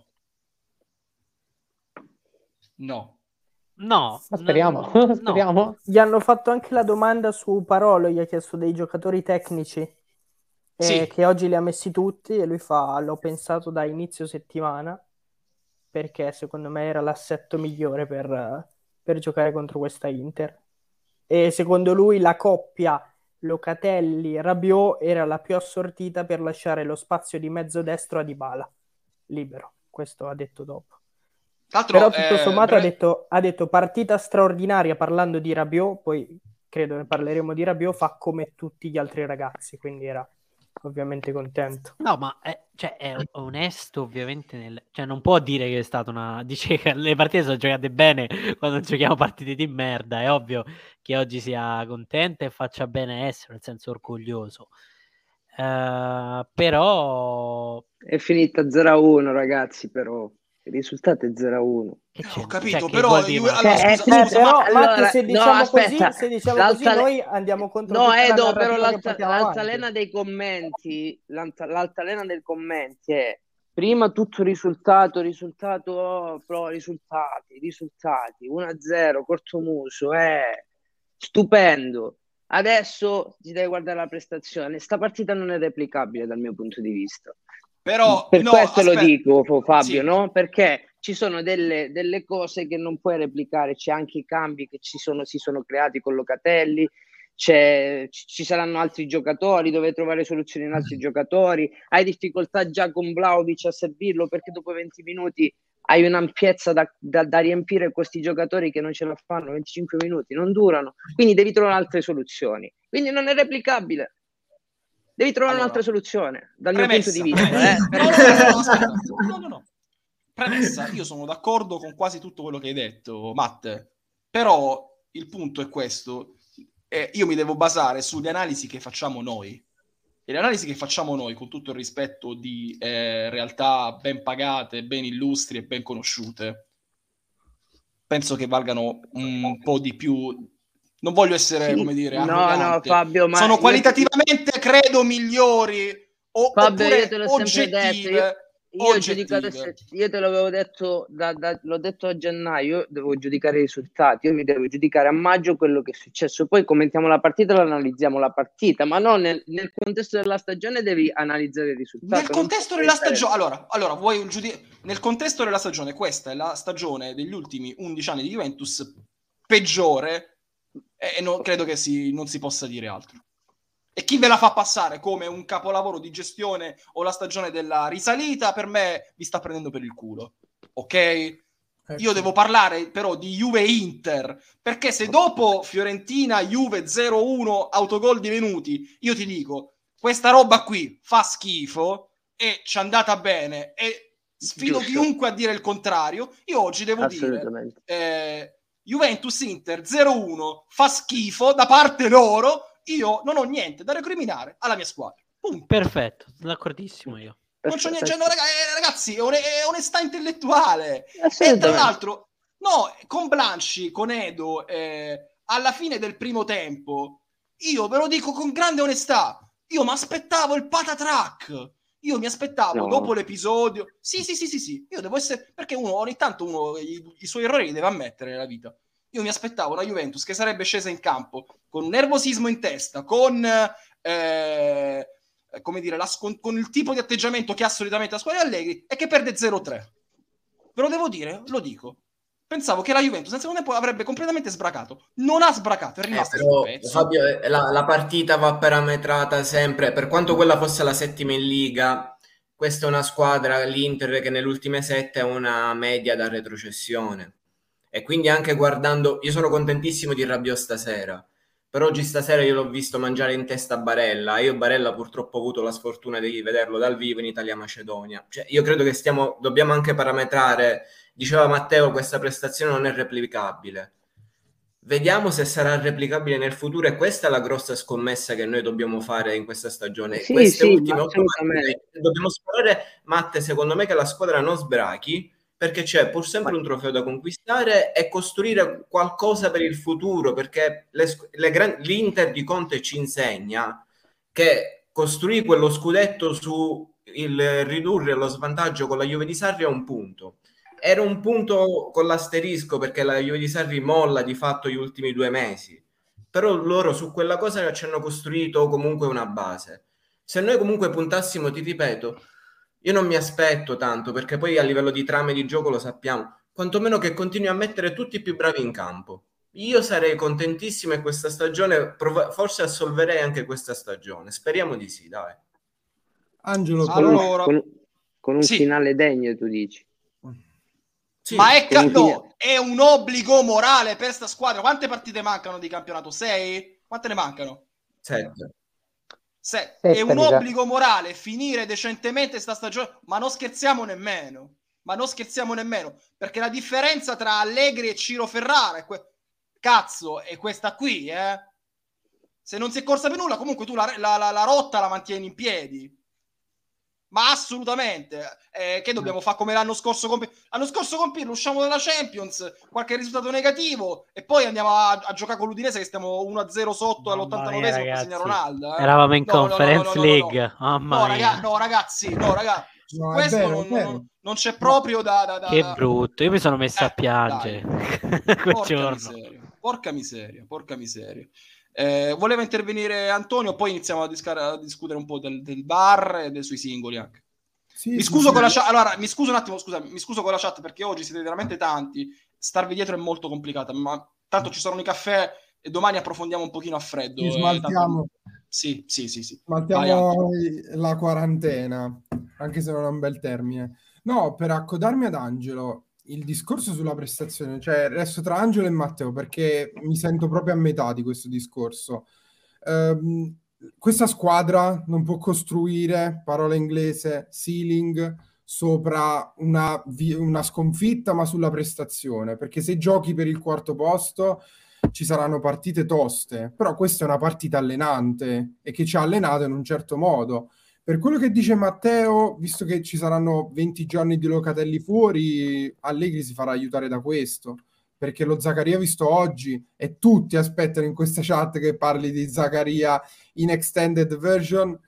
No. No, Ma speriamo, no. speriamo. Gli hanno fatto anche la domanda su Parolo, gli ha chiesto dei giocatori tecnici eh, Sì. che oggi li ha messi tutti e lui fa, l'ho pensato da inizio settimana perché secondo me era l'assetto migliore per, per giocare contro questa Inter. E secondo lui la coppia Locatelli-Rabiot era la più assortita per lasciare lo spazio di mezzo destro a Dybala libero. Questo ha detto dopo. Altro, Però tutto eh, sommato bre- ha, detto, ha detto partita straordinaria parlando di Rabiot, poi credo ne parleremo di Rabiot, fa come tutti gli altri ragazzi, quindi era ovviamente contento. No, ma è, cioè, è onesto ovviamente, nel, cioè non può dire che è stata una... Dice che le partite sono giocate bene quando giochiamo partite di merda, è ovvio che oggi sia contenta e faccia bene essere, nel senso orgoglioso. Uh, però... È finita zero a uno, ragazzi, però il risultato è zero a uno. Che Eh, c'è? ho capito, Cioè, che però vuol dire, Juve- ma- allora, Cioè, è scusa, finita- scusa, però, ma- Matt, allora, se no, diciamo aspetta, così, se diciamo così, l'altale- noi andiamo contro No, tutta la Edo, però narrativa che l'alta- portiamo avanti. l'altalena dei commenti, l'alta- l'altalena dei commenti è prima tutto risultato, risultato, oh, però risultati, risultati, uno a zero, cortomuso, eh, stupendo. Adesso ti devi guardare la prestazione. Sta partita non è replicabile dal mio punto di vista. però Per no, questo lo aspetta. dico, Fabio, Sì. no? Perché ci sono delle, delle cose che non puoi replicare, c'è anche i cambi che ci sono, si sono creati con Locatelli, c'è, ci saranno altri giocatori, dove trovare soluzioni in altri giocatori, hai difficoltà già con Vlahovic a servirlo perché dopo venti minuti hai un'ampiezza da, da, da riempire questi giocatori che non ce la fanno, venticinque minuti, non durano, quindi devi trovare altre soluzioni, quindi non è replicabile. Devi trovare Allora, un'altra soluzione dal premessa, mio punto di vista. premessa. Eh, No, no, perché- no, no, aspetta. No, no, no. Premessa, io sono d'accordo con quasi tutto quello che hai detto, Matt, però il punto è questo, eh, io mi devo basare sulle analisi che facciamo noi, e le analisi che facciamo noi, con tutto il rispetto di eh, realtà ben pagate, ben illustri e ben conosciute, penso che valgano un po' di più. Non voglio essere, Sì, come dire, no, arrogante. no, Fabio, ma sono io- qualitativamente, credo, migliori o, Fabio, oppure io te l'ho sempre detto, oggettive. io, io ho giudicato, io te l'avevo detto, da, da, l'ho detto a gennaio, io devo giudicare i risultati, io mi devo giudicare a maggio quello che è successo, poi commentiamo la partita, lo analizziamo la partita, ma no, nel, nel contesto della stagione devi analizzare il risultato. Nel contesto della stagione, allora, allora vuoi un giudice? Nel contesto della stagione, questa è la stagione degli ultimi undici anni di Juventus peggiore, e non credo che si, non si possa dire altro. E chi ve la fa passare come un capolavoro di gestione o la stagione della risalita, per me vi sta prendendo per il culo, ok? Ecco. Io devo parlare però di Juve-Inter, perché se dopo Fiorentina-Juve zero uno autogol divenuti, io ti dico, questa roba qui fa schifo e ci è andata bene e sfido Giusto. chiunque a dire il contrario, io oggi devo dire eh, Juventus-Inter zero uno fa schifo da parte loro. Io non ho niente da recriminare alla mia squadra. Punto. Perfetto, d'accordissimo io. Non c'ho niente, cioè, no, ragazzi, è, on- è onestà intellettuale. E tra l'altro, no, con Blanchi, con Edo, eh, alla fine del primo tempo, io ve lo dico con grande onestà, io mi aspettavo il patatrack. Io mi aspettavo no. dopo l'episodio. Sì, sì, sì, sì, sì. Io devo essere. Perché uno ogni tanto uno i, i suoi errori li deve ammettere nella vita. Io mi aspettavo una Juventus che sarebbe scesa in campo con un nervosismo in testa, con, eh, come dire, la, con, con il tipo di atteggiamento che ha solitamente la squadra di Allegri e che perde zero tre. Ve lo devo dire, lo dico. Pensavo che la Juventus nel secondo tempo avrebbe completamente sbracato. Non ha sbracato, è rimasto eh, però, sul pezzo. Fabio, la, la partita va parametrata sempre, per quanto quella fosse la settima in Liga, questa è una squadra, l'Inter, che nelle ultime sette ha una media da retrocessione. E quindi anche guardando, io sono contentissimo di Rabiot stasera, però oggi stasera io l'ho visto mangiare in testa Barella. Io Barella purtroppo ho avuto la sfortuna di vederlo dal vivo in Italia-Macedonia. Cioè, io credo che stiamo, dobbiamo anche parametrare, diceva Matteo, questa prestazione non è replicabile. Vediamo se sarà replicabile nel futuro e questa è la grossa scommessa che noi dobbiamo fare in questa stagione. Sì, Queste sì, ultime otto partite, dobbiamo sperare, Matte, secondo me, che la squadra non sbrachi, perché c'è pur sempre un trofeo da conquistare e costruire qualcosa per il futuro, perché le, le gran, l'Inter di Conte ci insegna che costruire quello scudetto su il ridurre lo svantaggio con la Juve di Sarri è un punto. Era un punto con l'asterisco perché la Juve di Sarri molla di fatto gli ultimi due mesi, però loro su quella cosa ci hanno costruito comunque una base. Se noi comunque puntassimo, ti ripeto, io non mi aspetto tanto, perché poi a livello di trame di gioco lo sappiamo, quantomeno che continui a mettere tutti i più bravi in campo. Io sarei contentissimo e questa stagione, prov- forse assolverei anche questa stagione. Speriamo di sì, dai. Angelo, allora, con, con un sì. finale degno, tu dici. Sì, ma è, ca- no, è un obbligo morale per sta squadra. Quante partite mancano di campionato? Sei? Quante ne mancano? Sette. Se è un obbligo morale finire decentemente sta stagione, ma non scherziamo nemmeno, ma non scherziamo nemmeno, perché la differenza tra Allegri e Ciro Ferrara è que- cazzo, è questa qui, eh? Se non si è corsa per nulla, comunque tu la, la, la, la rotta la mantieni in piedi. Ma assolutamente, eh, che dobbiamo fare come l'anno scorso con l'anno scorso con Pirlo, usciamo dalla Champions, qualche risultato negativo e poi andiamo a, a giocare con l'Udinese che stiamo uno a zero sotto all'ottantanovesimo per segnare Ronaldo, eh. Eravamo in no, Conference no, no, no, no, League, no, no. Mamma no, mia. raga- no ragazzi, no ragazzi, no, questo vero, non, non, non c'è proprio da, da, da che da... brutto, io mi sono messo eh, a piangere quel porca giorno. miseria, porca miseria, porca miseria. Eh, voleva intervenire Antonio, poi iniziamo a, discar- a discutere un po' del, del bar e dei suoi singoli anche. Sì, mi sì, scuso sì, con la sì. chat. Allora, mi scuso un attimo, scusami, mi scuso con la chat perché oggi siete veramente tanti. Starvi dietro è molto complicata, ma tanto ci saranno i caffè e domani approfondiamo un pochino a freddo. Sì, eh, smaltiamo, tanto... Sì, sì, sì, sì. smaltiamo la quarantena, anche se non è un bel termine. No, per accodarmi ad Angelo, il discorso sulla prestazione, cioè resto tra Angelo e Matteo perché mi sento proprio a metà di questo discorso. Ehm, questa squadra non può costruire, parola inglese, ceiling, sopra una, vi- una sconfitta, ma sulla prestazione, perché se giochi per il quarto posto ci saranno partite toste, però questa è una partita allenante e che ci ha allenato in un certo modo. Per quello che dice Matteo, visto che ci saranno venti giorni di Locatelli fuori, Allegri si farà aiutare da questo, perché lo Zaccaria visto oggi e tutti aspettano in questa chat che parli di Zaccaria in extended version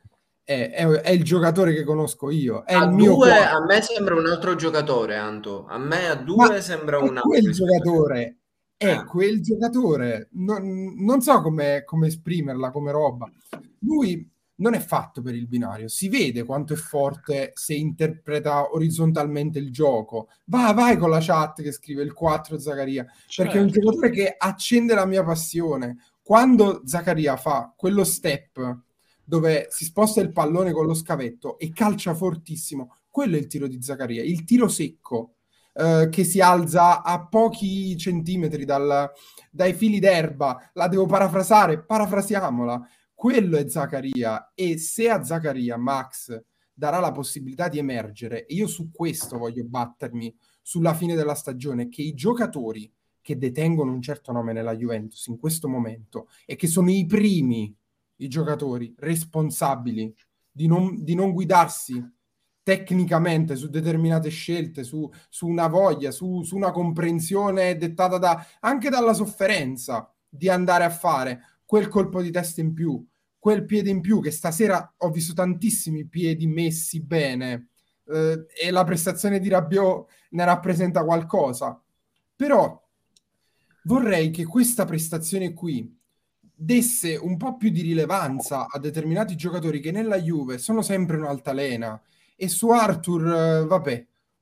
è, è, è il giocatore che conosco io. È A il mio due quadro. a me sembra un altro giocatore, Anto. A me a Ma due sembra è un altro quel rispetto a te. giocatore, è Eh. quel giocatore. Non, non so come, come esprimerla come roba. Lui non è fatto per il binario. Si vede quanto è forte se interpreta orizzontalmente il gioco. Vai, vai con la chat che scrive il quattro Zaccaria, perché è un Certo. giocatore che accende la mia passione. Quando Zaccaria fa quello step dove si sposta il pallone con lo scavetto e calcia fortissimo, quello è il tiro di Zaccaria, il tiro secco, eh, che si alza a pochi centimetri dal, dai fili d'erba. La devo parafrasare, parafrasiamola. Quello è Zaccaria, e se a Zaccaria Max darà la possibilità di emergere, e io su questo voglio battermi sulla fine della stagione, che i giocatori che detengono un certo nome nella Juventus in questo momento, e che sono i primi, i giocatori responsabili di non, di non guidarsi tecnicamente su determinate scelte, su, su una voglia, su, su una comprensione dettata da, anche dalla sofferenza di andare a fare quel colpo di testa in più, quel piede in più, che stasera ho visto tantissimi piedi messi bene, eh, e la prestazione di Rabiot ne rappresenta qualcosa. Però vorrei che questa prestazione qui desse un po' più di rilevanza a determinati giocatori che nella Juve sono sempre un'altalena. E su Arthur, eh, vabbè,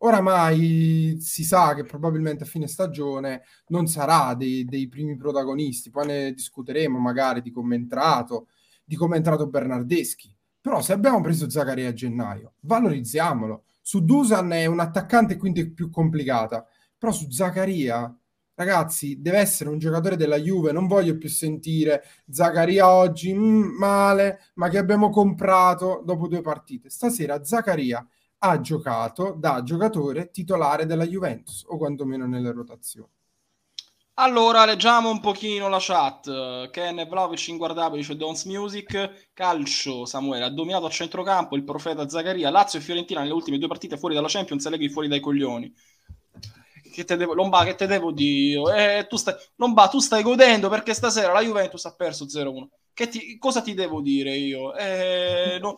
oramai si sa che probabilmente a fine stagione non sarà dei, dei primi protagonisti. Poi ne discuteremo magari di come è entrato, di come è entrato Bernardeschi. Però se abbiamo preso Zaccaria a gennaio, valorizziamolo. Su Dusan è un attaccante, quindi è più complicata. Però su Zaccaria, ragazzi, deve essere un giocatore della Juve. Non voglio più sentire Zaccaria oggi mm, male, ma che abbiamo comprato dopo due partite. Stasera Zaccaria ha giocato da giocatore titolare della Juventus, o quantomeno nelle rotazioni. Allora, leggiamo un pochino la chat. Ken Vlahovic inguardabile, dice Dons Music. Calcio, Samuele, ha dominato a centrocampo il profeta Zaccaria. Lazio e Fiorentina nelle ultime due partite fuori dalla Champions e Allegri fuori dai coglioni. Che te devo, Lomba, che te devo dire? Eh, tu stai, Lomba, tu stai godendo perché stasera la Juventus ha perso zero uno. Che ti, cosa ti devo dire io? Eh, no.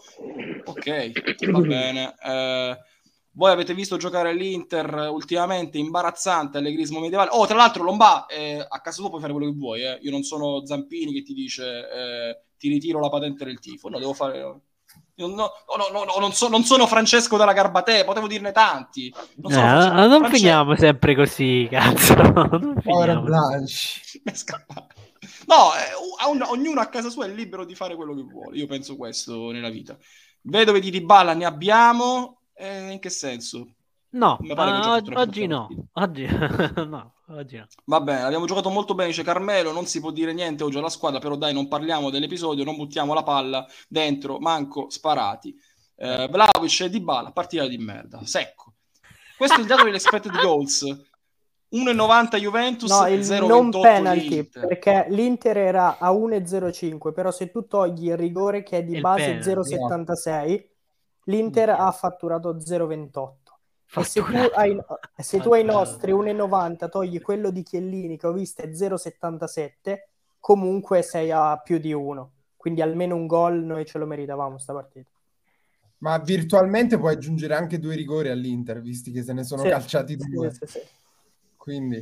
Ok, va bene. Eh, voi avete visto giocare l'Inter ultimamente, imbarazzante, allegrismo medievale. Oh, tra l'altro, Lomba, eh, a casa tua puoi fare quello che vuoi. Eh. Io non sono Zampini che ti dice eh, ti ritiro la patente del tifo. No, devo fare... No, no, no, no, no, non, so, non sono Francesco della Garbatè, potevo dirne tanti. Non, sono Eh, Francesco, non Francesco... finiamo sempre così, cazzo. Non Povera finiamo. Blanche. Mi è scappato. No, eh, un, ognuno a casa sua è libero di fare quello che vuole. Io penso questo nella vita. Vedove di Dybala ne abbiamo. Eh, in che senso? No, Mi pare che uh, giochi tre, oggi tre no. partite. Oggi no, oggi no. Va bene, abbiamo giocato molto bene, dice Carmelo, non si può dire niente oggi alla squadra, però dai, non parliamo dell'episodio, non buttiamo la palla dentro, manco sparati. Eh, Vlahovic e Dybala, partita di merda, secco. Questo è il dato degli expected goals. uno virgola novanta Juventus, No, il zero non virgola ventotto penalty, l'Inter. perché l'Inter era a uno virgola zero cinque, però se tu togli il rigore che è di Il base penalty. zero virgola settantasei, l'Inter ha fatturato zero virgola ventotto. E se tu hai, se tu ai nostri uno virgola novanta togli quello di Chiellini che ho visto è zero virgola settantasette, comunque sei a più di uno. Quindi almeno un gol noi ce lo meritavamo sta partita. Ma virtualmente puoi aggiungere anche due rigori all'Inter, visti che se ne sono Sì, calciati sì, due. sì, sì. Quindi...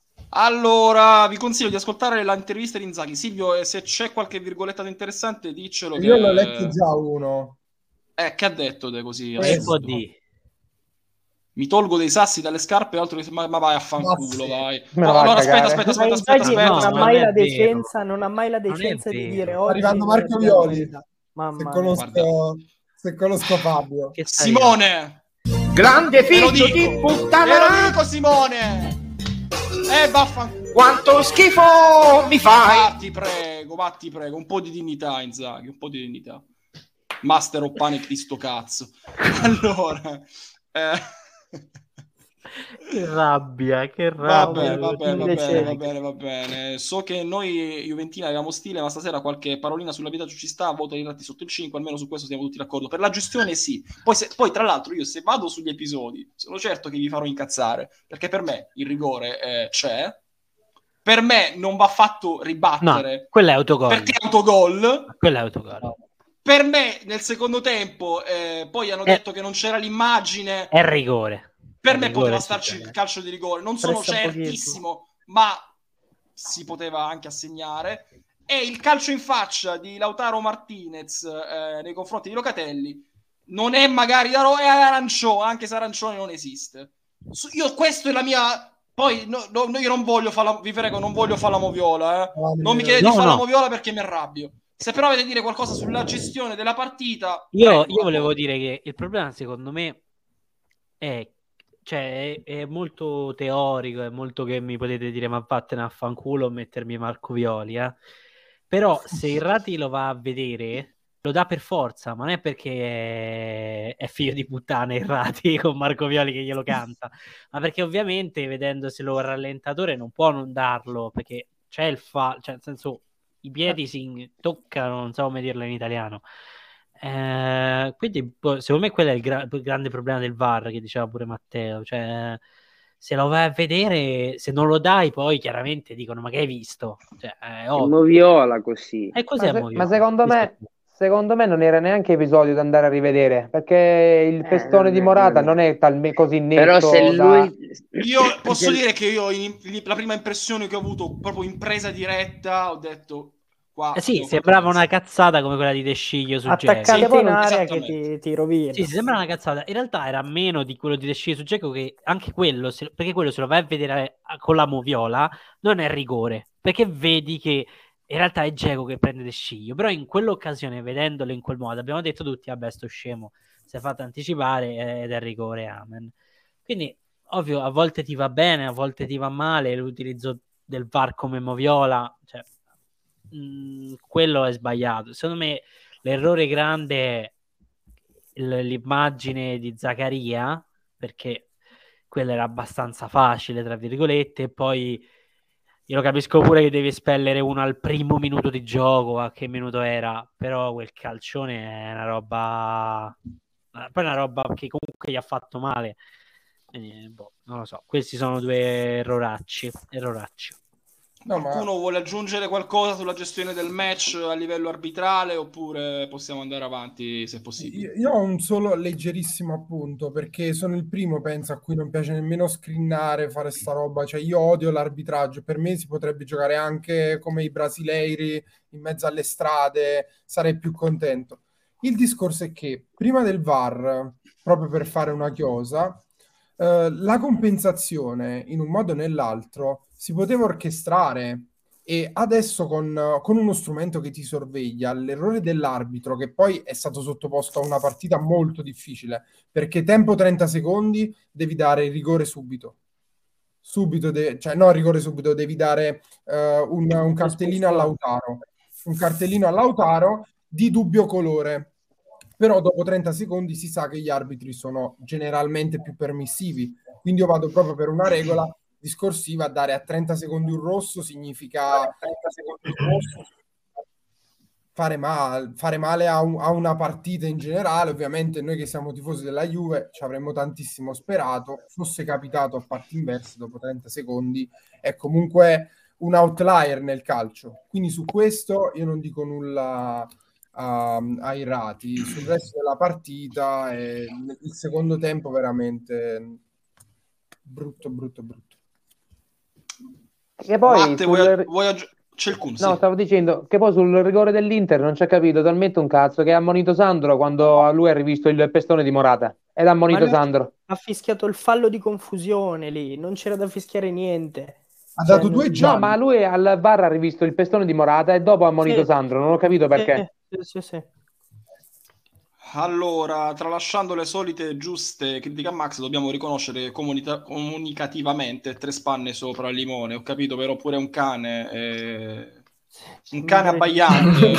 Allora, vi consiglio di ascoltare l'intervista di Inzaghi. Silvio, eh, se c'è qualche virgolettato interessante, diccelo. Io che... l'ho letto già uno. Eh, che ha detto te così? Eh, Che può Assurdo. dire? Mi tolgo dei sassi dalle scarpe e altro che... ma, ma vai a fanculo, sì. vai. Me Oh, la va a allora aspetta, cagare. aspetta, Ma aspetta, aspetta, Inzaghi aspetta, non, aspetta. ha mai non la è vero. decenza, non ha mai la Non è decenza di vero. dire Sta oggi arrivando non Marco abbiamo Violi. vita. Se Mamma mia. conosco, se conosco Fabio. Che stai Simone! Grande Te lo figlio dico! di Te lo puttana! dico, Simone! Eh, vaffanculo! Quanto schifo mi fai! Va, ti prego, va, ti prego. Un po' di dignità, Inzaghi, un po' di dignità. Master of Panic di sto cazzo. Allora... Eh... Che rabbia, che Va rabbia. bene, va bene, va bene, va Indecente. bene, va bene. So che noi Juventina avevamo stile, ma stasera qualche parolina sull'abitaggio ci sta, voto ritratti sotto il cinque, almeno su questo siamo tutti d'accordo. Per la gestione sì. Poi, se, poi tra l'altro io se vado sugli episodi, sono certo che vi farò incazzare, perché per me il rigore eh, c'è, per me non va fatto No, ribattere, quello è autogol. perché è autogol, Quello è autogol. per me nel secondo tempo eh, poi hanno Eh. detto che non c'era l'immagine. È rigore. Per È me rigore, poteva sì, starci sì. il calcio di rigore. Non sono Presta certissimo, ma si poteva anche assegnare. E il calcio in faccia di Lautaro Martinez eh, nei confronti di Locatelli non è magari da ro- è arancione, anche se arancione non esiste. Su- io questo è la mia. Poi no, no, io non voglio farla, vi prego, non voglio fare la moviola, eh. No, Non mi nemmeno chiedete No, di fare la no. moviola perché mi arrabbio. Se però avete dire qualcosa sulla gestione della partita, Io, prego, io a volevo voi. dire che il problema secondo me è, cioè, è, è molto teorico, è molto che mi potete dire ma vattene a fanculo o mettermi Marco Violi, eh. Però se il Rati lo va a vedere, lo dà per forza, ma non è perché è, è figlio di puttana il Rati con Marco Violi che glielo canta, ma perché ovviamente vedendoselo al rallentatore non può non darlo, perché c'è il fa, cioè nel senso i piedi si toccano, non so come dirlo in italiano. Eh, quindi boh, secondo me quello è il, gra- il grande problema del V A R che diceva pure Matteo, cioè se lo vai a vedere, se non lo dai poi chiaramente dicono ma che hai visto? Cioè, è E ovvio. Moviola così. E cos'è Ma, se- Moviola? ma secondo me, secondo me non era neanche episodio da andare a rivedere, perché il Eh, pestone non di è- Morata non non è. è talmente così Però se netto da... lui... Io posso se- dire che io in- in- la prima impressione che ho avuto proprio in presa diretta ho detto qua Eh sì, abbiamo fatto sembrava una una cazzata come quella di De Sciglio su Dzeko. Attaccante Sì, poi in non- area che esattamente. ti, ti rovina. Sì, sì, sembra una cazzata. In realtà era meno di quello di De Sciglio su Dzeko, che anche quello, se- perché quello se lo vai a vedere eh, con la moviola, non è rigore, perché vedi che in realtà è Dzeko che prende De Sciglio, però in quell'occasione, vedendolo in quel modo, abbiamo detto tutti, vabbè, sto scemo, si è fatto anticipare ed è rigore, amen. Quindi, ovvio, a volte ti va bene, a volte ti va male, l'utilizzo del V A R come moviola, cioè, mh, quello è sbagliato. Secondo me l'errore grande è l- l'immagine di Zaccaria, perché quella era abbastanza facile, tra virgolette, e poi io lo capisco pure che devi espellere uno al primo minuto di gioco, a che minuto era, però quel calcione è una roba, poi è una roba che comunque gli ha fatto male. Eh, boh, non lo so, questi sono due erroracci, erroracci. No, ma Qualcuno vuole aggiungere qualcosa sulla gestione del match a livello arbitrale oppure possiamo andare avanti se possibile? io, io ho un solo leggerissimo appunto perché sono il primo, penso, a cui non piace nemmeno screenare, fare sta roba. Cioè, io odio l'arbitraggio. Per me si potrebbe giocare anche come i brasileiri in mezzo alle strade, sarei più contento. Il discorso è che prima del V A R, proprio per fare una chiosa, eh, la compensazione in un modo o nell'altro si poteva orchestrare e adesso con, con uno strumento che ti sorveglia l'errore dell'arbitro, che poi è stato sottoposto a una partita molto difficile, perché tempo trenta secondi devi dare il rigore subito. Subito, de- cioè no, rigore subito, devi dare eh, un, un cartellino a Lautaro. Un cartellino a Lautaro di dubbio colore. Però dopo trenta secondi si sa che gli arbitri sono generalmente più permissivi. Quindi io vado proprio per una regola discorsiva, dare a trenta secondi un rosso significa fare, mal, fare male a, un, a una partita in generale. Ovviamente noi che siamo tifosi della Juve ci avremmo tantissimo sperato, fosse capitato a parti inverse dopo trenta secondi, è comunque un outlier nel calcio. Quindi su questo io non dico nulla a, ai Rati, sul resto della partita eh, il secondo tempo veramente brutto, brutto, brutto. Che poi Matte, sul... vuoi, vuoi aggi- c'è il Kun, No, sì. stavo dicendo che poi sul rigore dell'Inter non ci ha capito talmente un cazzo che ha ammonito Sandro quando lui ha rivisto il pestone di Morata ed ha ammonito Ma lui Sandro. ha fischiato il fallo di confusione lì, non c'era da fischiare niente. Ha Cioè, dato non- due No, gialli. ma lui al V A R ha rivisto il pestone di Morata e dopo ha ammonito Sì. Sandro, non ho capito perché. Sì, sì, sì. Allora, tralasciando le solite giuste critiche a Max, dobbiamo riconoscere comunita- comunicativamente tre spanne sopra il limone. Ho capito, però pure un cane, eh, un cane abbaiante,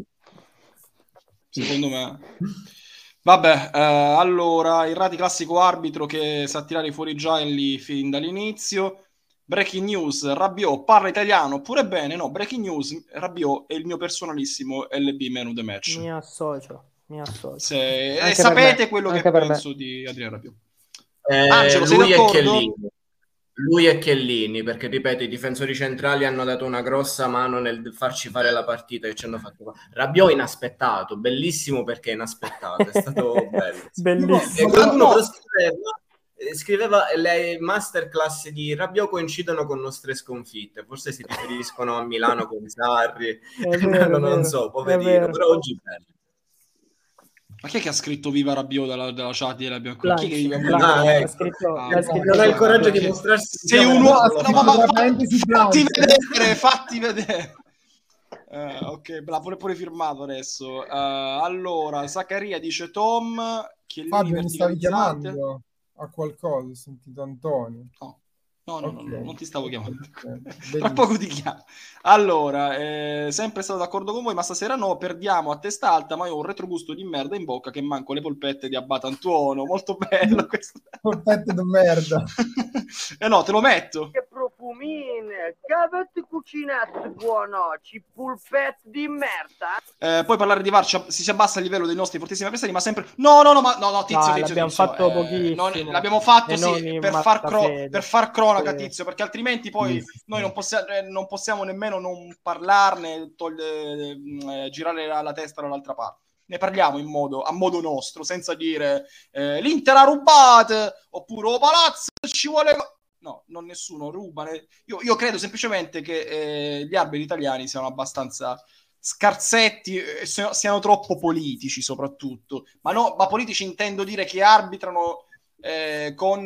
secondo me. Vabbè, eh, allora, il Rati classico arbitro che sa tirare fuori i gialli fin dall'inizio. Breaking news, Rabiot parla italiano, pure bene, no, breaking news, Rabiot è il mio personalissimo L B man of the match. Mi associo, mi associo. Se, Anche e sapete per me, quello anche che per me. penso di Adriano Rabiot. Eh, Angelo, sei lui è d'accordo? Chiellini. Lui e Chiellini, perché ripeto, i difensori centrali hanno dato una grossa mano nel farci fare la partita che ci hanno fatto. Rabiot inaspettato, bellissimo perché inaspettato, è stato bello. Bellissimo. E qualcuno però scriveva, scriveva le masterclass di Rabiot coincidono con nostre sconfitte, forse si riferiscono a Milano con Sarri, vero, non, non vero, so, poverino, però oggi è bello. Ma chi è che ha scritto Viva Rabiot dalla, dalla chat di Rabiot? Chi è che vive Blanche, Ah, ecco. ha scritto, Ah, ha scritto non ha il Blanche. coraggio di mostrarsi. Sei un uomo. No, ma, ma, Tra fa- parentesi, fatti Blanche. vedere, fatti vedere. Eh, ok, l'ha pure, pure firmato adesso. Eh, allora, Zaccaria dice Tom. Chiellini Fabio, mi stavi verticalizzante. chiamando a qualcosa? Ho sentito Antonio. No. No, no, no, Ok. no, non ti stavo chiamando. Ok, Tra benissimo. poco ti chiamo. Allora, eh, sempre stato d'accordo con voi, ma stasera no, perdiamo a testa alta, ma io ho un retrogusto di merda in bocca che manco le polpette di Abbatantuono. Molto bello questo. Polpette di merda. Eh no, te lo metto. Che profumine, che avete cucinato buono, ci polpette di merda. Eh, poi parlare di V A R ci- si, si abbassa il livello dei nostri fortissimi avversari, ma sempre no, no, no, ma no, no, tizio, Dai, tizio, l'abbiamo tizio, fatto eh, pochissimo. non- l'abbiamo fatto E sì, non in per far, cro- malafede. per far cronaca, Sì. tizio, perché altrimenti poi Sì, sì. noi non, possia- eh, non possiamo nemmeno non parlarne, toglie- eh, girare la, la testa dall'altra parte. Ne parliamo in modo, a modo nostro, senza dire eh, l'Inter ha rubato, oppure o Palazzo ci vuole... No, non nessuno ruba. ne- Io, io credo semplicemente che eh, gli arbitri italiani siano abbastanza scarsetti e siano, siano troppo politici soprattutto. Ma no, ma politici intendo dire che arbitrano eh, con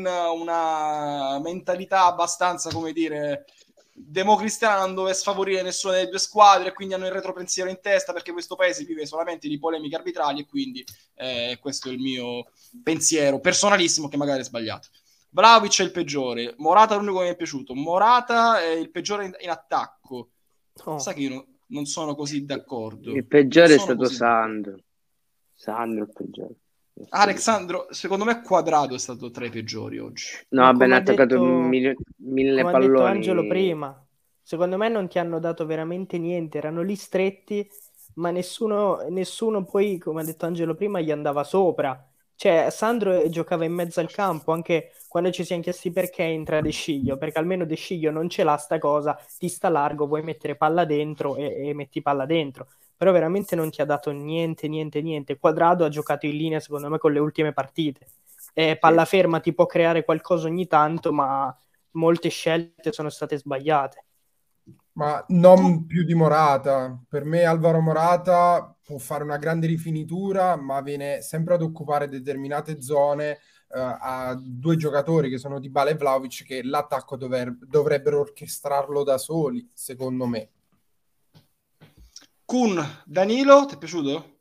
una mentalità abbastanza, come dire, democristiana, non dove sfavorire nessuna delle due squadre, e quindi hanno il retropensiero in testa perché questo paese vive solamente di polemiche arbitrali, e quindi eh, questo è il mio pensiero personalissimo, che magari è sbagliato. Vlahovic è il peggiore, Morata è l'unico che mi è piaciuto, Morata è il peggiore in, in attacco. Oh. Sai che io no- non sono così d'accordo. Il peggiore è Non sono stato così Sandro. Sandro è il peggiore. Alexandro, secondo me Quadrado è stato tra i peggiori oggi. No, Ma vabbè, come ne ha ha toccato detto- mille, mille Come ha detto palloni. Angelo prima, secondo me non ti hanno dato veramente niente, erano lì stretti, ma nessuno, nessuno poi, come ha detto Angelo prima, gli andava sopra. Cioè, Sandro giocava in mezzo al campo, anche quando ci siamo chiesti perché entra De Sciglio, perché almeno De Sciglio non ce l'ha sta cosa, ti sta largo, vuoi mettere palla dentro e, e metti palla dentro. Però veramente non ti ha dato niente, niente, niente. Quadrado ha giocato in linea, secondo me, con le ultime partite. E palla ferma ti può creare qualcosa ogni tanto, ma molte scelte sono state sbagliate. Ma non più di Morata. Per me Alvaro Morata può fare una grande rifinitura, ma viene sempre ad occupare determinate zone eh, a due giocatori che sono Dybala e Vlahovic, che l'attacco dover- dovrebbero orchestrarlo da soli, secondo me. Kun, Danilo, ti è piaciuto?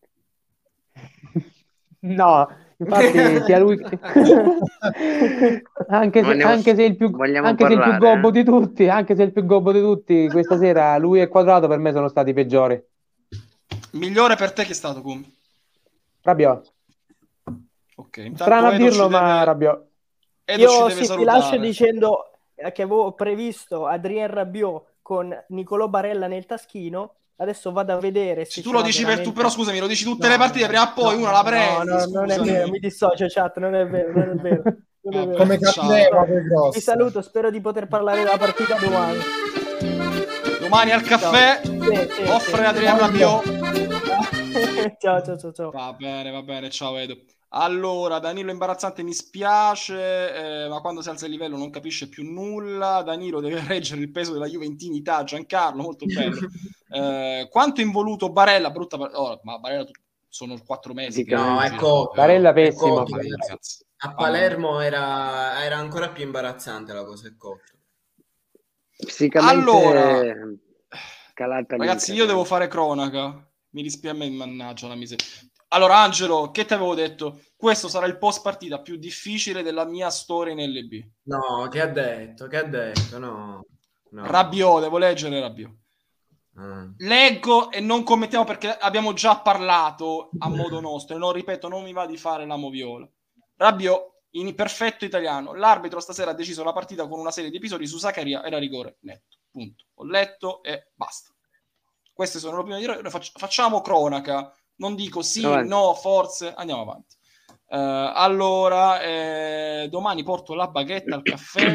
No, infatti sia lui che... anche, se, Vogliamo- anche se è il più, vogliamo anche se è il più parlare, gobbo eh? di tutti, anche se è il più gobbo di tutti, questa sera lui e Quadrato per me sono stati i peggiori. Migliore per te che è stato, Kun? Rabiot. Ok, intanto Strano a Edo dirlo, ci deve- ma Rabiot. Edo ci Io deve sì, ti salutare. lascio dicendo che avevo previsto Adrien Rabiot con Nicolò Barella nel taschino. Adesso vado a vedere se Se tu ce lo l'ha dici per tu, veramente. però scusami, lo dici tutte No, le partite, no, prima o poi no, una la no, prendi. no, non è scusami. vero, mi dissocio, chat, non è vero, non è vero. Non è Vabbè, vero. Come ciao. Catleva quel grosso. Vi saluto, spero di poter parlare della partita domani. Domani al caffè Sì, sì, offre sì. Adriano Rabiot. Ciao, ciao, ciao, ciao. Va bene, va bene, ciao Edo. Allora, Danilo imbarazzante, mi spiace, eh, ma quando si alza il livello non capisce più nulla. Danilo deve reggere il peso della juventinità, Giancarlo, molto bello. Eh, quanto involuto Barella, brutta par- oh, ma Barella tu- sono quattro mesi che No, non ecco, gira proprio. Barella È pessimo. cotto, Mamma mia, ragazzi. ragazzi. A Mamma mia. Palermo era, era ancora più imbarazzante la cosa, è cotto. Fisicamente Allora, calata ragazzi, l'Inter, io devo eh. fare cronaca. Mi dispiace, a me, mannaggia la miseria. Allora, Angelo, che ti avevo detto? Questo sarà il post partita più difficile della mia storia in L B. No, che ha detto? Che ha detto? No. no. Rabiot, devo leggere Rabiot. Ah. Leggo e non commentiamo perché abbiamo già parlato a modo nostro e non ripeto, non mi va di fare la moviola. Rabiot in perfetto italiano, l'arbitro stasera ha deciso la partita con una serie di episodi su Zaccaria, era rigore netto, punto. Ho letto e basta. Queste sono le opinioni di Rabiot. Fac- facciamo cronaca, non dico sì, Avanti. no, forse, andiamo avanti. Uh, allora, eh, domani porto la baguette al caffè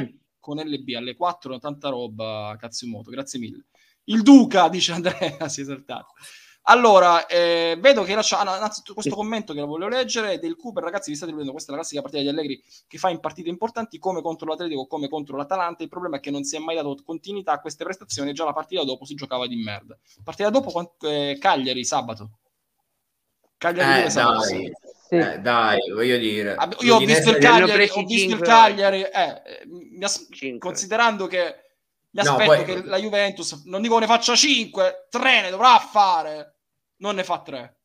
con L B alle quattro, tanta roba, Katsumoto, grazie mille. Il Duca, dice Andrea, si è esaltato. Allora, eh, vedo che la chat, ah, innanzitutto questo commento che lo voglio leggere, del Cooper, ragazzi, vi state vedendo, questa è la classica partita di Allegri che fa in partite importanti come contro l'Atletico, come contro l'Atalanta. Il problema è che non si è mai dato continuità a queste prestazioni e già la partita dopo si giocava di merda. Partita dopo, eh, Cagliari, sabato. Cagliari Eh, sabato, dai, sì. Sì. eh, dai, voglio dire. Ah, io ho visto il Li hanno Cagliari, presi ho visto il cinque Cagliari eh, mi as- Cinque. considerando che mi No, aspetto poi- che la Juventus, non dico ne faccia cinque, tre ne dovrà fare. Non ne fa tre.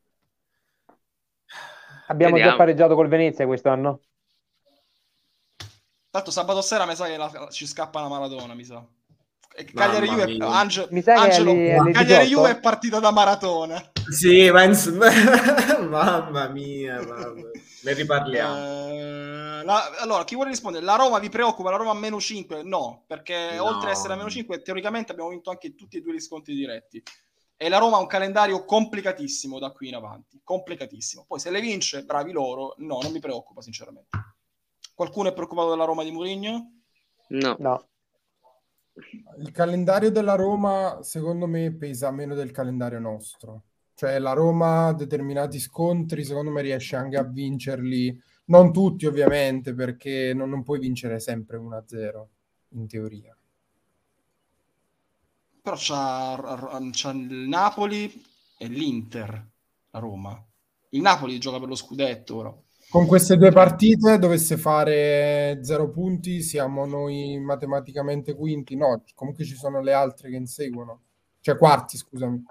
Abbiamo Vediamo. già pareggiato col Venezia quest'anno. Tanto sabato sera mi sa che la- ci scappa una maratona, mi sa. E Mamma Cagliari Juve, mia. Ange- Mi sa che Angelo, alle- alle Cagliari diciotto? Juve è partita da maratona. Sì, ma ins- mamma mia, mamma. Ne riparliamo. Eh, la- allora, chi vuole rispondere? La Roma vi preoccupa? La Roma a meno cinque? No, perché No. oltre ad essere a meno cinque, teoricamente abbiamo vinto anche tutti e due gli scontri diretti. E la Roma ha un calendario complicatissimo da qui in avanti. Complicatissimo. Poi se le vince, bravi loro. No, non mi preoccupa, sinceramente. Qualcuno è preoccupato della Roma di Mourinho? No. No. Il calendario della Roma, secondo me, pesa meno del calendario nostro. Cioè, la Roma, determinati scontri, secondo me, riesce anche a vincerli. Non tutti, ovviamente, perché non, non puoi vincere sempre uno a zero, in teoria. Però c'ha, c'ha il Napoli e l'Inter, la Roma. Il Napoli gioca per lo scudetto ora. Con queste due partite dovesse fare zero punti, siamo noi matematicamente quinti. No, comunque ci sono le altre che inseguono. Cioè quarti, scusami.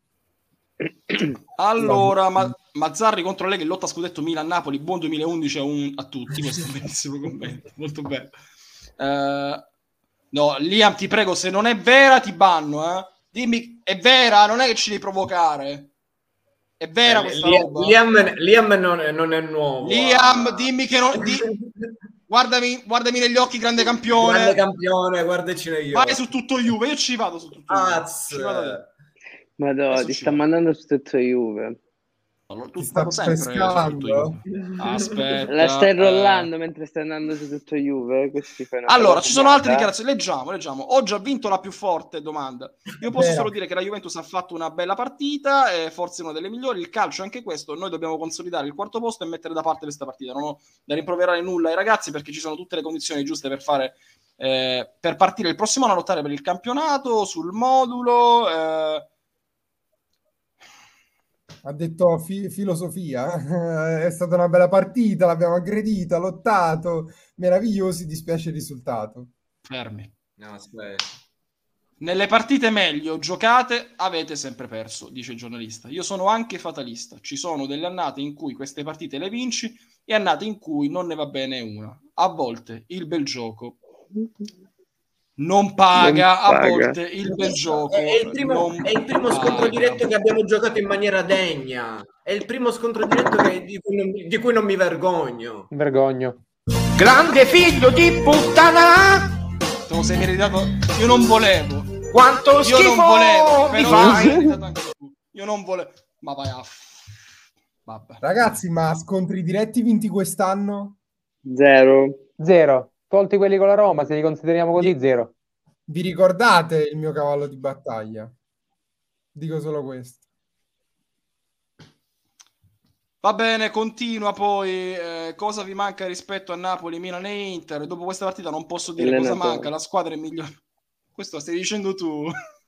Allora, ma, Mazzarri contro lei che lotta scudetto Milan-Napoli, buon duemilaundici a, un, a tutti, questo è un bellissimo commento, molto bello. Uh, no, Liam, ti prego, se non è vera ti banno, eh. Dimmi, è vera, non è che ci devi provocare. È vera Eh, questa Liam, roba? Liam, Liam non, è, non è nuovo. Liam, ah. dimmi che non... Di... Guardami, guardami negli occhi, grande campione. Grande campione, guardaci negli occhi. Vai su tutto Juve, io ci vado su tutto Juve. Az. Ci vado io. Madonna, Adesso ti ci sta vado. mandando su tutto Juve. Allora, Ti tu sta vado sempre su tutto pescando? Juve. Aspetta. La stai eh. rollando mentre stai andando su tutto Juve? Questi fai una Allora, cosa ci sono altre fumata. dichiarazioni. Leggiamo, leggiamo. Oggi ha vinto la più forte domanda. Io posso Vero. solo dire che la Juventus ha fatto una bella partita, eh, forse una delle migliori. Il calcio è anche questo. Noi dobbiamo consolidare il quarto posto e mettere da parte questa partita. Non ho da rimproverare nulla ai ragazzi perché ci sono tutte le condizioni giuste per fare eh, per partire il prossimo anno a lottare per il campionato, sul modulo. Eh, Ha detto fi- filosofia. È stata una bella partita, l'abbiamo aggredita, lottato, meravigliosi, dispiace il risultato. fermi. No, aspetta. Nelle partite meglio giocate avete sempre perso, dice il giornalista. Io sono anche fatalista. Ci sono delle annate in cui queste partite le vinci e annate in cui non ne va bene una. A volte il bel gioco non paga, Non a paga. volte il bel gioco È, è il primo, non è il primo paga. scontro diretto che abbiamo giocato in maniera degna. È il primo scontro diretto che- di, cui non, di cui non mi vergogno. Vergogno. Grande figlio di puttana! Te lo sei meritato. Io non volevo. Quanto Io schifo non volevo. mi Però fai! l'hai meritato anche tu. Io non volevo. Ma vai a... Vabbè. Ragazzi, ma scontri diretti vinti quest'anno? Zero. Zero. Tolti quelli con la Roma, se li consideriamo così, Sì. zero. Vi ricordate il mio cavallo di battaglia? Dico solo questo. Va bene, continua poi. Eh, cosa vi manca rispetto a Napoli, Milan e Inter? Dopo questa partita non posso dire cosa Allenatore. manca. La squadra è migliore. Questo lo stai dicendo tu.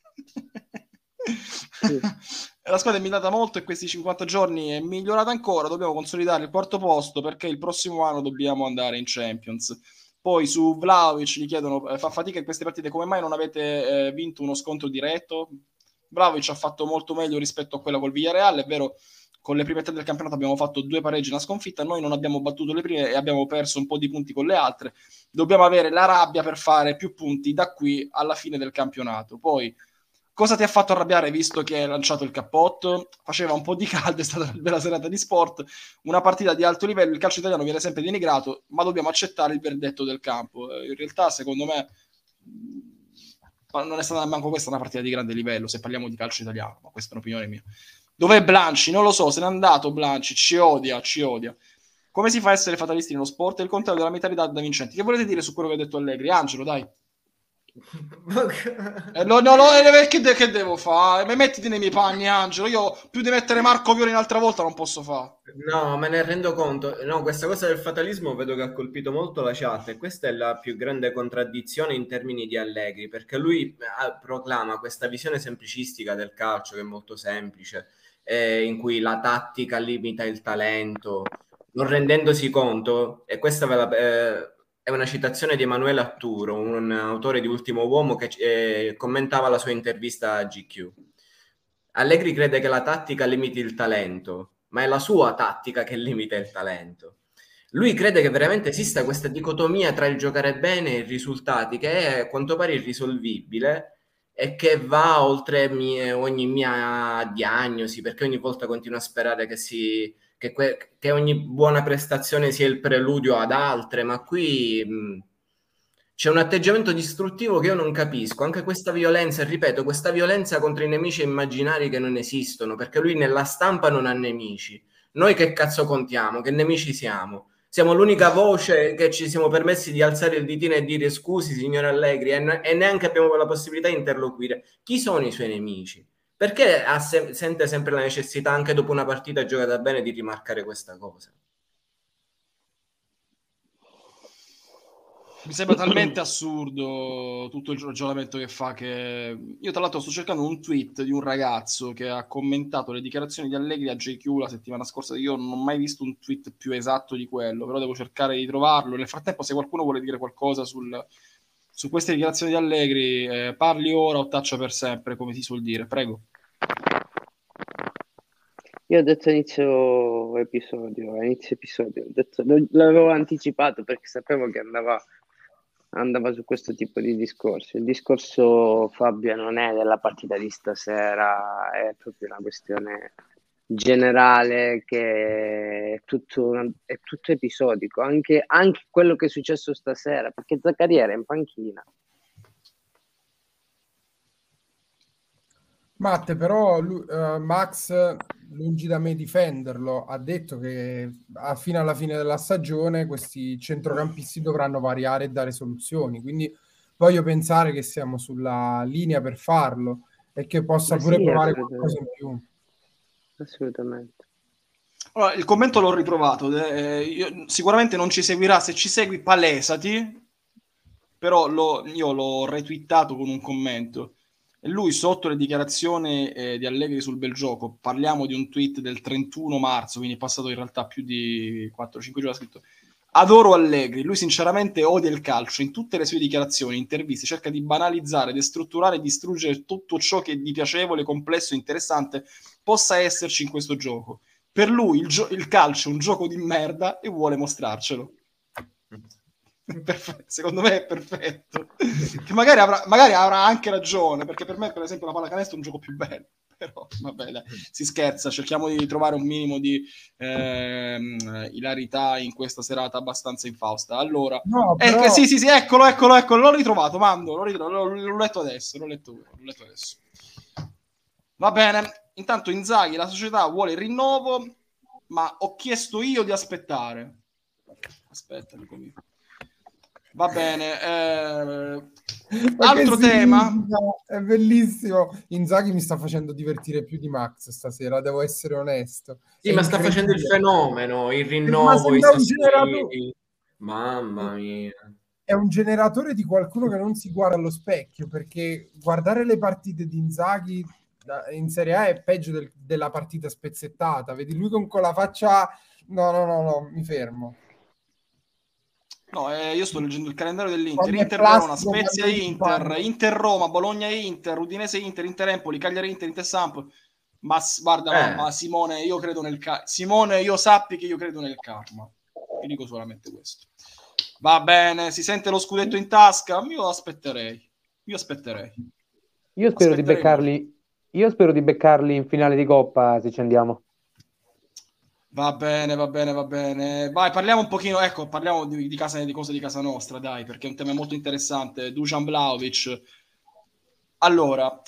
La squadra è migliorata molto e questi cinquanta giorni è migliorata ancora. Dobbiamo consolidare il quarto posto perché il prossimo anno dobbiamo andare in Champions. Poi su Vlahovic gli chiedono, eh, fa fatica in queste partite, come mai non avete eh, vinto uno scontro diretto? Vlahovic ha fatto molto meglio rispetto a quella col Villarreal, è vero, con le prime tre del campionato abbiamo fatto due pareggi e una sconfitta, noi non abbiamo battuto le prime e abbiamo perso un po' di punti con le altre, dobbiamo avere la rabbia per fare più punti da qui alla fine del campionato. Poi, cosa ti ha fatto arrabbiare visto che hai lanciato il cappotto? Faceva un po' di caldo, è stata una bella serata di sport, una partita di alto livello, il calcio italiano viene sempre denigrato, ma dobbiamo accettare il verdetto del campo. In realtà, secondo me, non è stata manco questa una partita di grande livello, se parliamo di calcio italiano, ma questa è un'opinione mia. Dov'è Blanci? Non lo so, se n'è andato Blanci, ci odia, ci odia. Come si fa a essere fatalisti nello sport? È il contrario della mentalità da vincenti. Che volete dire su quello che ha detto Allegri? Angelo, dai. Eh, no, no, no, eh, che, de- che devo fare? Mettiti nei miei panni, Angelo. Io più di mettere Marco Violi un'altra volta non posso fare. No, me ne rendo conto. No, questa cosa del fatalismo vedo che ha colpito molto la chat e questa è la più grande contraddizione in termini di Allegri, perché lui eh, proclama questa visione semplicistica del calcio che è molto semplice, eh, in cui la tattica limita il talento, non rendendosi conto, e questa ve la- eh, è una citazione di Emanuele Atturo, un autore di Ultimo Uomo che eh, commentava la sua intervista a G Q. Allegri crede che la tattica limiti il talento, ma è la sua tattica che limita il talento. Lui crede che veramente esista questa dicotomia tra il giocare bene e i risultati, che è a quanto pare irrisolvibile e che va oltre mie, ogni mia diagnosi, perché ogni volta continuo a sperare che, si, che, que, che ogni buona prestazione sia il preludio ad altre, ma qui mh, c'è un atteggiamento distruttivo che io non capisco, anche questa violenza, ripeto, questa violenza contro i nemici immaginari che non esistono, perché lui nella stampa non ha nemici. Noi che cazzo contiamo? Che nemici siamo? Siamo l'unica voce che ci siamo permessi di alzare il ditino e dire scusi signor Allegri, e, ne- e neanche abbiamo la possibilità di interloquire. Chi sono i suoi nemici? Perché ha se- sente sempre la necessità, anche dopo una partita giocata bene, di rimarcare questa cosa? Mi sembra talmente assurdo tutto il ragionamento che fa che io tra l'altro sto cercando un tweet di un ragazzo che ha commentato le dichiarazioni di Allegri a J Q la settimana scorsa. Io non ho mai visto un tweet più esatto di quello, però devo cercare di trovarlo. Nel frattempo, se qualcuno vuole dire qualcosa sul, su queste dichiarazioni di Allegri, eh, parli ora o taccia per sempre, come si suol dire. Prego. Io ho detto inizio episodio, a inizio episodio, ho detto, lo- l'avevo anticipato perché sapevo che andava, andava su questo tipo di discorso. Il discorso, Fabio, non è della partita di stasera, è proprio una questione generale che è tutto, una- è tutto episodico, anche, anche quello che è successo stasera, perché Zaccaria era in panchina. Matte, però lu- eh, Max, lungi da me difenderlo, ha detto che a- fino alla fine della stagione questi centrocampisti dovranno variare e dare soluzioni, quindi voglio pensare che siamo sulla linea per farlo e che possa Ma pure sì, provare qualcosa in assolutamente. più. Assolutamente. Allora, il commento l'ho ritrovato. eh, io- sicuramente non ci seguirà. Se ci segui, palesati. Però lo- io l'ho retweetato con un commento. E lui, sotto le dichiarazioni eh, di Allegri sul bel gioco, parliamo di un tweet del trentuno marzo, quindi è passato in realtà più di quattro cinque giorni, ha scritto: adoro Allegri, lui sinceramente odia il calcio, in tutte le sue dichiarazioni, interviste, cerca di banalizzare, destrutturare e distruggere tutto ciò che di piacevole, complesso e interessante possa esserci in questo gioco. Per lui il, gio- il calcio è un gioco di merda e vuole mostrarcelo. Perfetto, secondo me è perfetto. Che magari avrà, magari avrà anche ragione, perché per me, per esempio, la pallacanestro è un gioco più bello. Però vabbè, dai, si scherza, cerchiamo di trovare un minimo di ehm, ilarità in questa serata abbastanza infausta. Allora, No, eh, però sì, sì, sì, eccolo, eccolo, eccolo, l'ho ritrovato, Mando, l'ho, ritrovato, l'ho, l'ho letto adesso, l'ho letto, l'ho letto adesso. Va bene, intanto Inzaghi, la società vuole il rinnovo, ma ho chiesto io di aspettare. Aspetta, amico mio. Va bene. Eh... ma Altro che tema. significa? È bellissimo. Inzaghi mi sta facendo divertire più di Max stasera, devo essere onesto. È Sì, ma sta facendo il incredibile. fenomeno, il Ma rinnovo, i sembra un generatore. sassolini. Mamma mia. È un generatore di qualcuno che non si guarda allo specchio, perché guardare le partite di Inzaghi da- in Serie A è peggio del- della partita spezzettata. Vedi lui con quella faccia. No, no, no, no, mi fermo. No, eh, io sto leggendo il calendario dell'Inter. Quando è Inter Verona, plastico, Spezia quando si Inter, fanno- Inter Roma, Bologna Inter, Udinese Inter, Inter Empoli, Cagliari Inter, Inter Samp. Ma s- guarda, ma, Eh, ma Simone, io credo nel ca- Simone, io sappi che io credo nel karma. Ti dico solamente questo. Va bene, si sente lo scudetto in tasca? Io aspetterei. Io aspetterei. Io spero di Aspetterei molto. beccarli, io spero di beccarli in finale di Coppa se ci andiamo. Va bene, va bene, va bene. Vai, parliamo un pochino, ecco, parliamo di, di, casa, di cose di casa nostra, dai, perché è un tema molto interessante. Dusan Vlahovic. Allora,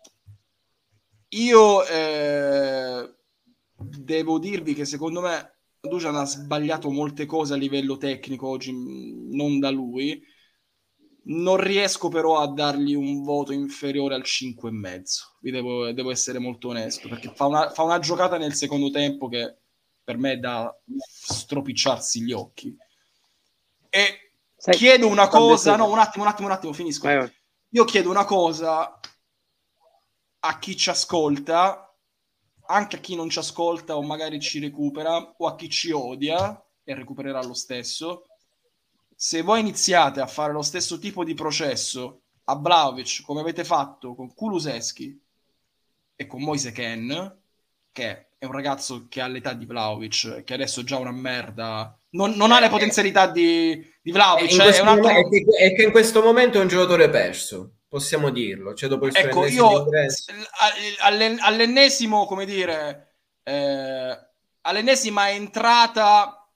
io eh, devo dirvi che secondo me Dusan ha sbagliato molte cose a livello tecnico oggi, non da lui. Non riesco però a dargli un voto inferiore al cinque e mezzo. Vi devo, devo essere molto onesto, perché fa una, fa una giocata nel secondo tempo che per me è da stropicciarsi gli occhi. E Sai, chiedo una cosa, detto... no, un attimo, un attimo, un attimo, finisco. Vai, vai. Io chiedo una cosa a chi ci ascolta, anche a chi non ci ascolta o magari ci recupera, o a chi ci odia e recupererà lo stesso. Se voi iniziate a fare lo stesso tipo di processo a Vlahovic come avete fatto con Kulusevski e con Moise Kean, che è un ragazzo che ha l'età di Vlahovic, che adesso è già una merda, non, non ha le potenzialità di, di Vlahovic, in eh, è un altro... momento, è, che, è che in questo momento è un giocatore perso, possiamo dirlo, cioè dopo il suo ecco, ennesimo io ingresso. all- all'ennesimo, come dire, eh, all'ennesima entrata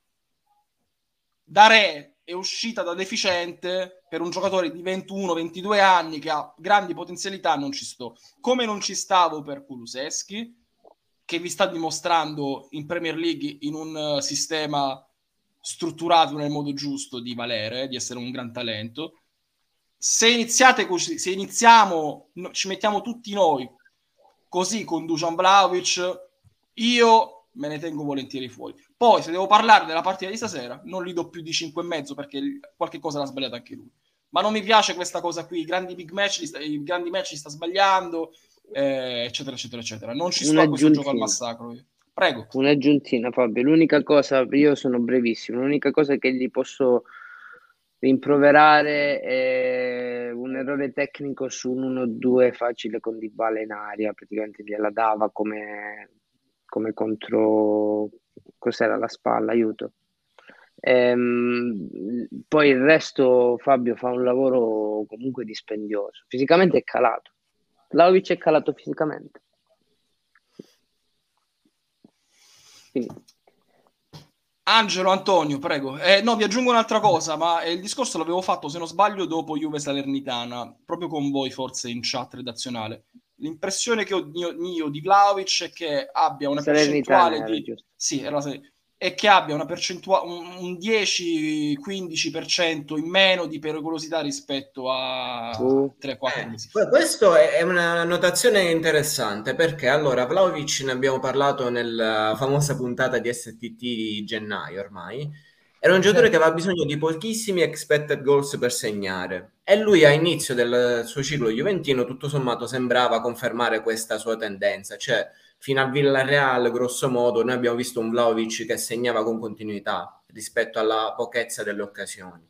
da re e uscita da deficiente per un giocatore di ventuno ventidue anni che ha grandi potenzialità, non ci sto. Come non ci stavo per Kulusevski, che vi sta dimostrando in Premier League in un uh, sistema strutturato nel modo giusto di valere, di essere un gran talento. Se iniziate così, se iniziamo, no, ci mettiamo tutti noi così con Dusan Vlahovic, io me ne tengo volentieri fuori. Poi se devo parlare della partita di stasera non gli do più di cinque e mezzo perché qualche cosa l'ha sbagliata anche lui, ma non mi piace questa cosa qui, i grandi big match li sta, i grandi match li sta sbagliando, eh, eccetera eccetera eccetera. Non ci sto a questo gioco al massacro. Prego. Un'aggiuntina, Fabio. L'unica cosa, io sono brevissimo, l'unica cosa che gli posso rimproverare è un errore tecnico su un uno due facile con Dybala in aria, praticamente gliela dava come, come contro, cos'era la spalla, aiuto. Ehm, poi il resto Fabio fa un lavoro comunque dispendioso, fisicamente è calato, Vlahovic è calato fisicamente. Quindi. Angelo Antonio, prego. Eh, no, vi aggiungo un'altra cosa, ma il discorso l'avevo fatto, se non sbaglio, dopo Juve Salernitana, proprio con voi forse in chat redazionale. L'impressione che ho io, io di Vlahovic è che abbia una percentuale era, di... giusto. Sì, era la è che abbia una percentuale, un, un dieci quindici per cento in meno di pericolosità rispetto a uh. tre quattro mesi fa. Eh, questo è una notazione interessante perché allora Vlahovic ne abbiamo parlato nella famosa puntata di S T T di gennaio ormai. Era un giocatore che aveva bisogno di pochissimi expected goals per segnare e lui a inizio del suo ciclo juventino tutto sommato sembrava confermare questa sua tendenza, cioè fino al Villarreal grosso modo noi abbiamo visto un Vlahovic che segnava con continuità rispetto alla pochezza delle occasioni.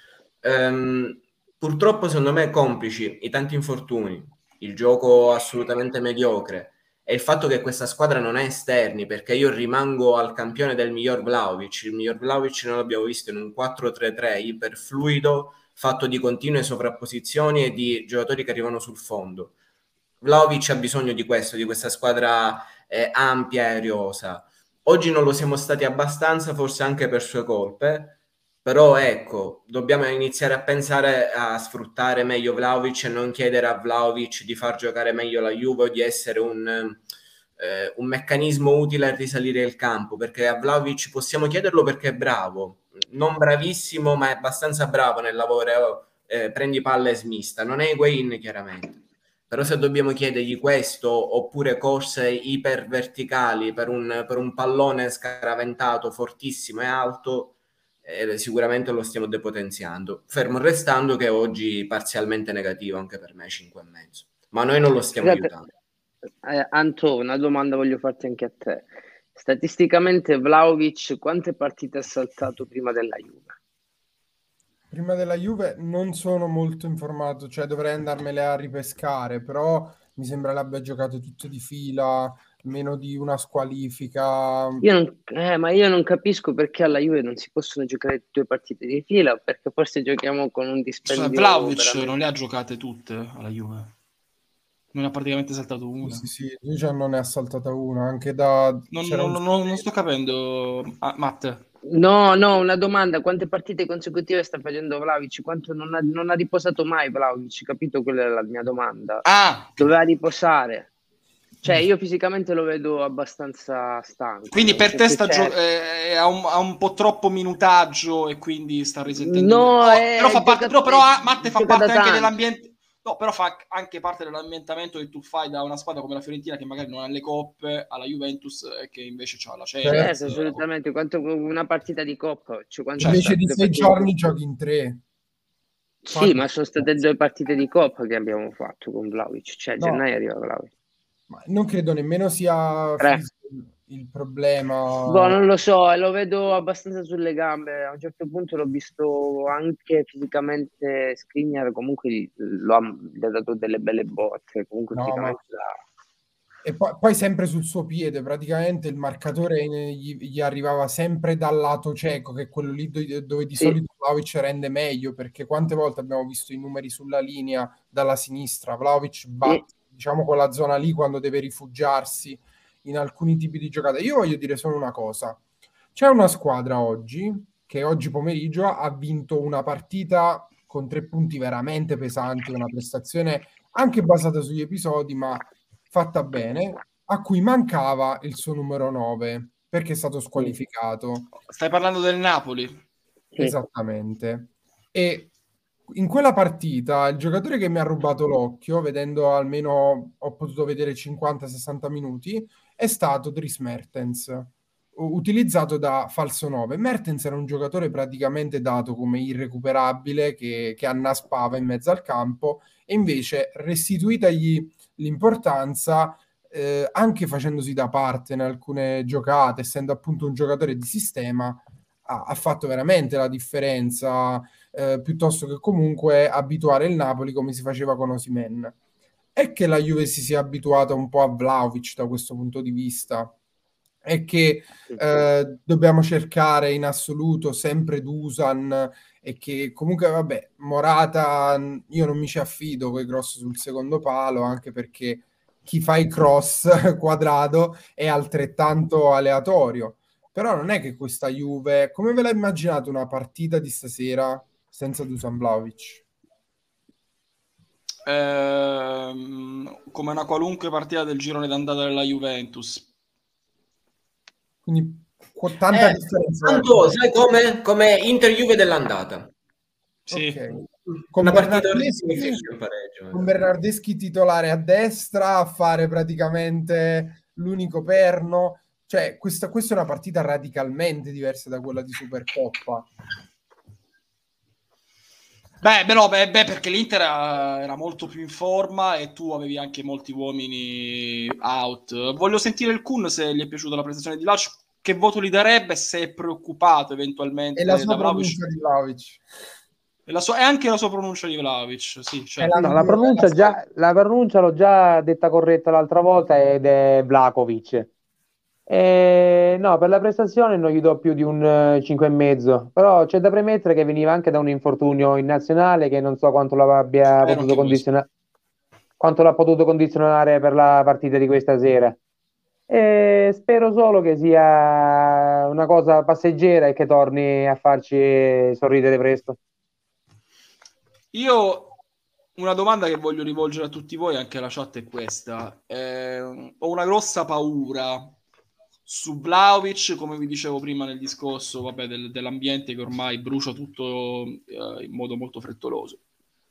Um, purtroppo secondo me complici i tanti infortuni, il gioco assolutamente mediocre e il fatto che questa squadra non ha esterni, perché io rimango al campione del miglior Vlahovic. Il miglior Vlahovic noi l'abbiamo visto in un quattro tre tre iperfluido, fatto di continue sovrapposizioni e di giocatori che arrivano sul fondo. Vlahovic ha bisogno di questo, di questa squadra eh, ampia e riosa. Oggi non lo siamo stati abbastanza, forse anche per sue colpe, però ecco, dobbiamo iniziare a pensare a sfruttare meglio Vlahovic e non chiedere a Vlahovic di far giocare meglio la Juve o di essere un, eh, un meccanismo utile a risalire il campo, perché a Vlahovic possiamo chiederlo perché è bravo, non bravissimo ma è abbastanza bravo nel lavoro, eh, prendi palla e smista, non è Higuain chiaramente. Però se dobbiamo chiedergli questo oppure corse iperverticali per un, per un pallone scaraventato fortissimo e alto, eh, sicuramente lo stiamo depotenziando, fermo restando che oggi parzialmente negativo anche per me, cinque e mezzo, ma noi non lo stiamo Scusate, aiutando. eh, Anto, una domanda voglio farti anche a te. Statisticamente Vlahovic quante partite ha saltato prima della Juve? Prima della Juve non sono molto informato, cioè dovrei andarmele a ripescare, però mi sembra l'abbia giocato tutto di fila, meno di una squalifica. Io non, eh, ma io non capisco perché alla Juve non si possono giocare due partite di fila, perché forse giochiamo con un dispendio. Cioè, Vlahovic veramente... non le ha giocate tutte alla Juve, non ha praticamente saltato una. Sì, sì, Dusan non ne ha saltata una, anche da... Non, non, un... non, non sto capendo, ah, Matt. No, no, una domanda, quante partite consecutive sta facendo Vlahovic? Quanto non ha, non ha riposato mai Vlahovic, capito? Quella è la mia domanda. Ah! Doveva riposare. Cioè, io fisicamente lo vedo abbastanza stanco. Quindi per te sta Cioè, gio- eh, ha, un, ha un po' troppo minutaggio e quindi sta risentendo. no, Oh, è però fa parte, però, gioca- però ah, Matte fa gioca da parte anche tanto. dell'ambiente. No, però fa anche parte dell'ambientamento che tu fai da una squadra come la Fiorentina che magari non ha le coppe, alla Juventus e che invece ha la Champions. Certo, assolutamente. Quanto una partita di coppa. Cioè, quanto Invece sta- di due sei partite giorni di- giochi in tre. Sì, ma sono state due partite di coppa che abbiamo fatto con Vlahovic. Cioè, a No. gennaio arriva Vlahovic. Ma non credo nemmeno sia Tre. fisico il problema. Boh, non lo so, lo vedo abbastanza sulle gambe. A un certo punto l'ho visto anche fisicamente. Skriniar comunque gli, lo ha, gli ha dato delle belle botte. Comunque No, ma- fisicamente da- E poi, poi sempre sul suo piede, praticamente il marcatore gli, gli arrivava sempre dal lato cieco, che è quello lì do- dove di Sì. solito Vlahovic rende meglio, perché quante volte abbiamo visto i numeri sulla linea dalla sinistra, Vlahovic batte, diciamo, quella zona lì quando deve rifugiarsi in alcuni tipi di giocate. Io voglio dire solo una cosa, c'è una squadra oggi, che oggi pomeriggio ha vinto una partita con tre punti veramente pesanti, una prestazione anche basata sugli episodi, ma fatta bene, a cui mancava il suo numero nove perché è stato squalificato. Stai parlando del Napoli? Sì. Esattamente. E in quella partita il giocatore che mi ha rubato l'occhio, vedendo almeno, ho potuto vedere cinquanta sessanta minuti, è stato Dries Mertens, u- utilizzato da falso nove. Mertens era un giocatore praticamente dato come irrecuperabile, che, che annaspava in mezzo al campo, e invece restituitagli l'importanza, eh, anche facendosi da parte in alcune giocate, essendo appunto un giocatore di sistema, ha, ha fatto veramente la differenza, eh, piuttosto che comunque abituare il Napoli come si faceva con Osimhen. È che la Juve si sia abituata un po' a Vlahovic da questo punto di vista, è che eh, dobbiamo cercare in assoluto sempre Dusan, e che comunque vabbè, Morata io non mi ci affido con i cross sul secondo palo, anche perché chi fa i cross quadrato è altrettanto aleatorio. Però non è che questa Juve, come ve la immaginate una partita di stasera senza Dusan Vlahovic? Ehm, come una qualunque partita del girone d'andata della Juventus. Quindi qu- tanta Eh, differenza. tanto, sai come? Come Inter-Juve dell'andata. Sì. Ok. Con Una partita Bernardeschi, che finisce in pareggio. con Bernardeschi titolare a destra a fare praticamente l'unico perno. Cioè, questa, questa è una partita radicalmente diversa da quella di Supercoppa. Beh, beh, no, beh, beh, perché l'Inter era, era molto più in forma e tu avevi anche molti uomini out. Voglio sentire il Kun se gli è piaciuta la prestazione di Vlahovic, che voto gli darebbe, se è preoccupato eventualmente E la sua da Vlahovic. pronuncia di Vlahovic. E, la sua, e anche la sua pronuncia di Vlahovic, sì, È certo. No, la pronuncia, già, la pronuncia l'ho già detta corretta l'altra volta ed è Vlahovic. E, no, per la prestazione non gli do più di un eh, cinque e mezzo, però c'è da premettere che veniva anche da un infortunio in nazionale che non so quanto l'abbia Spero potuto anche condizionare, quanto l'ha potuto condizionare per la partita di questa sera. E spero solo che sia una cosa passeggera e che torni a farci sorridere presto. Io una domanda che voglio rivolgere a tutti voi, anche alla chat, è questa. Eh, ho una grossa paura su Vlahovic, come vi dicevo prima nel discorso, vabbè, del- dell'ambiente che ormai brucia tutto eh, in modo molto frettoloso.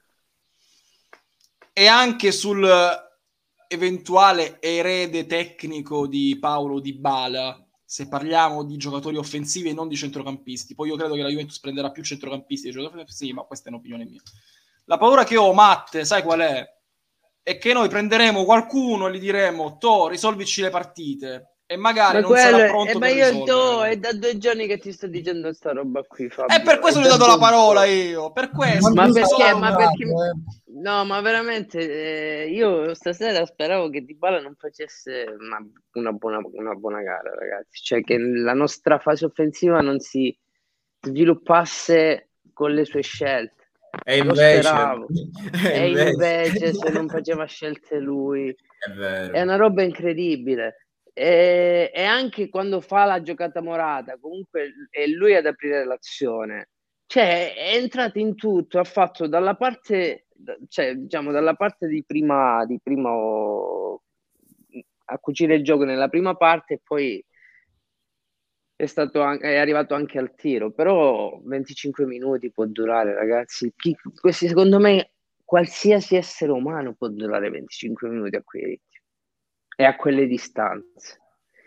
E anche sul eventuale erede tecnico di Paulo Dybala, se parliamo di giocatori offensivi e non di centrocampisti. Poi io credo che la Juventus prenderà più centrocampisti di giocatori offensivi, ma questa è un'opinione mia. La paura che ho, Matte, sai qual è? È che noi prenderemo qualcuno e gli diremo: "To, risolvici le partite", e magari Ma non quello, sarà eh, pronto ma per io risolvere. do, è da due giorni che ti sto dicendo sta roba qui, Fabio. E per questo È gli ho da dato la due parola giorni. io, per questo. Ma Non perché? sono Ma bravo, perché? eh. No, ma veramente eh, io stasera speravo che Dybala non facesse una, una buona, una buona gara, ragazzi. Cioè che la nostra fase offensiva non si sviluppasse con le sue scelte. E Lo invece, speravo. e E invece- invece se non faceva scelte lui, È vero. è una roba incredibile. E, e anche quando fa la giocata Morata, comunque è lui ad aprire l'azione. Cioè, è entrato in tutto, ha fatto dalla parte, cioè, diciamo, dalla parte di prima, di primo, a cucire il gioco nella prima parte e poi è stato an- è arrivato anche al tiro, però venticinque minuti può durare, ragazzi. Chi- questi, secondo me, qualsiasi essere umano può durare venticinque minuti a quei ritmi e a quelle distanze.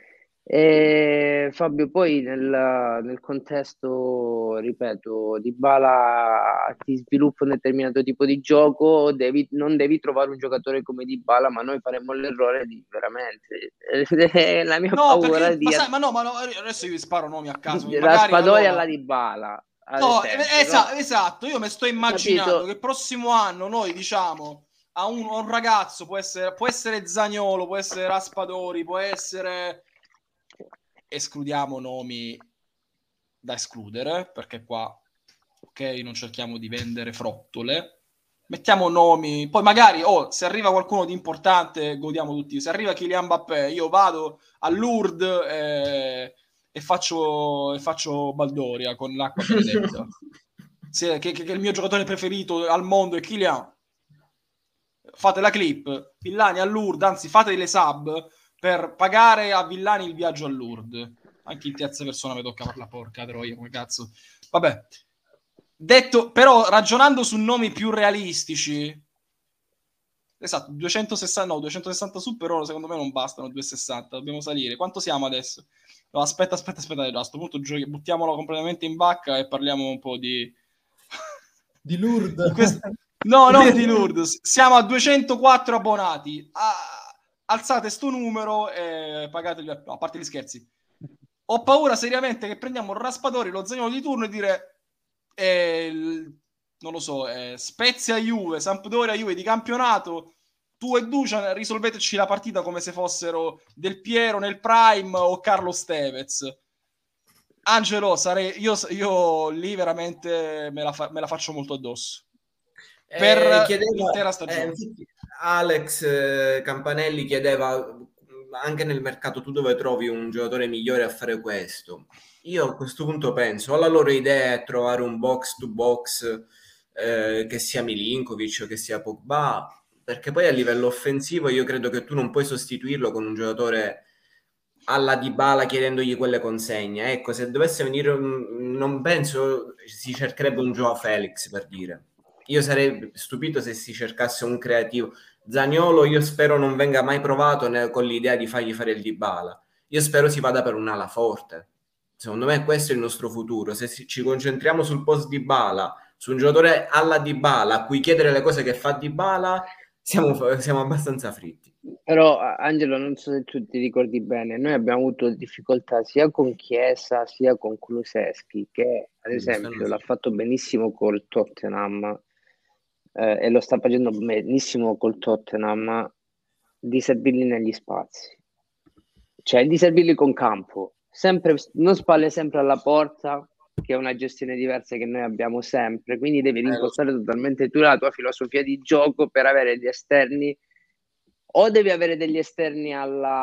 E Fabio, poi nel, nel contesto, ripeto, Dybala ti sviluppa un determinato tipo di gioco, devi, non devi trovare un giocatore come Dybala, ma noi faremmo l'errore di veramente la mia No, paura perché, di ma, sai, ma no, ma no, adesso io vi sparo nomi a caso. Magari Raspadori allora... alla Dybala, ad No, esempio, esa- no? esatto, io mi sto immaginando Capito? che il prossimo anno noi diciamo a un, a un ragazzo, può essere, può essere Zaniolo, può essere Raspadori, può essere... Escludiamo nomi da escludere, perché qua, ok, non cerchiamo di vendere frottole. Mettiamo nomi, poi magari, oh, se arriva qualcuno di importante, godiamo tutti. Se arriva Kylian Mbappé, io vado a Lourdes e, e, faccio, e faccio Baldoria con l'acqua benedetta. Se, che, che, che il mio giocatore preferito al mondo è Kylian. Fate la clip, Villani a Lourdes, anzi fate delle sub per pagare a Villani il viaggio a Lourdes. Anche in terza persona mi tocca parlare porca troia, come cazzo. Vabbè. Detto, però, ragionando su nomi più realistici, esatto, duecentosessanta, no, duecentosessanta su per ora secondo me non bastano, duecentosessanta, dobbiamo salire. Quanto siamo adesso? No, aspetta, aspetta, aspetta, a questo punto giochi, buttiamolo completamente in bacca e parliamo un po' di... di Lourdes. di quest... No, non di Lourdes. Siamo a duecentoquattro abbonati. Ah, alzate sto numero e pagate gli... No, a parte gli scherzi. Ho paura seriamente che prendiamo il Raspadori, lo Zaniolo di turno e dire eh, il, non lo so, eh, Spezia Juve, Sampdoria Juve di campionato, tu e Dusan risolveteci la partita come se fossero Del Piero nel Prime o Carlos Tevez. Angelo, sarei, io, io lì veramente me la, fa, me la faccio molto addosso. Per eh, chiedeva, l'intera stagione. Eh, Alex eh, Campanelli chiedeva anche nel mercato tu dove trovi un giocatore migliore a fare questo. Io a questo punto penso, o la loro idea è trovare un box to box eh, che sia Milinkovic o che sia Pogba, perché poi a livello offensivo io credo che tu non puoi sostituirlo con un giocatore alla Dybala chiedendogli quelle consegne. Ecco, se dovesse venire un, non penso si cercherebbe un Joao Felix, per dire. Io sarei stupito se si cercasse un creativo. Zaniolo io spero non venga mai provato ne- con l'idea di fargli fare il Dybala. Io spero si vada per un'ala forte. Secondo me questo è il nostro futuro. Se si, ci concentriamo sul post Dybala, su un giocatore alla Dybala a cui chiedere le cose che fa Dybala, siamo, siamo abbastanza fritti. Però Angelo, non so se tu ti ricordi bene, noi abbiamo avuto difficoltà sia con Chiesa sia con Kulusevski, che ad esempio l'ha fatto benissimo col Tottenham eh, e lo sta facendo benissimo col Tottenham, di servirli negli spazi, cioè di servirli con campo, sempre, non spalle sempre alla porta, che è una gestione diversa che noi abbiamo sempre, quindi devi rimpostare totalmente tu la tua filosofia di gioco per avere gli esterni, o devi avere degli esterni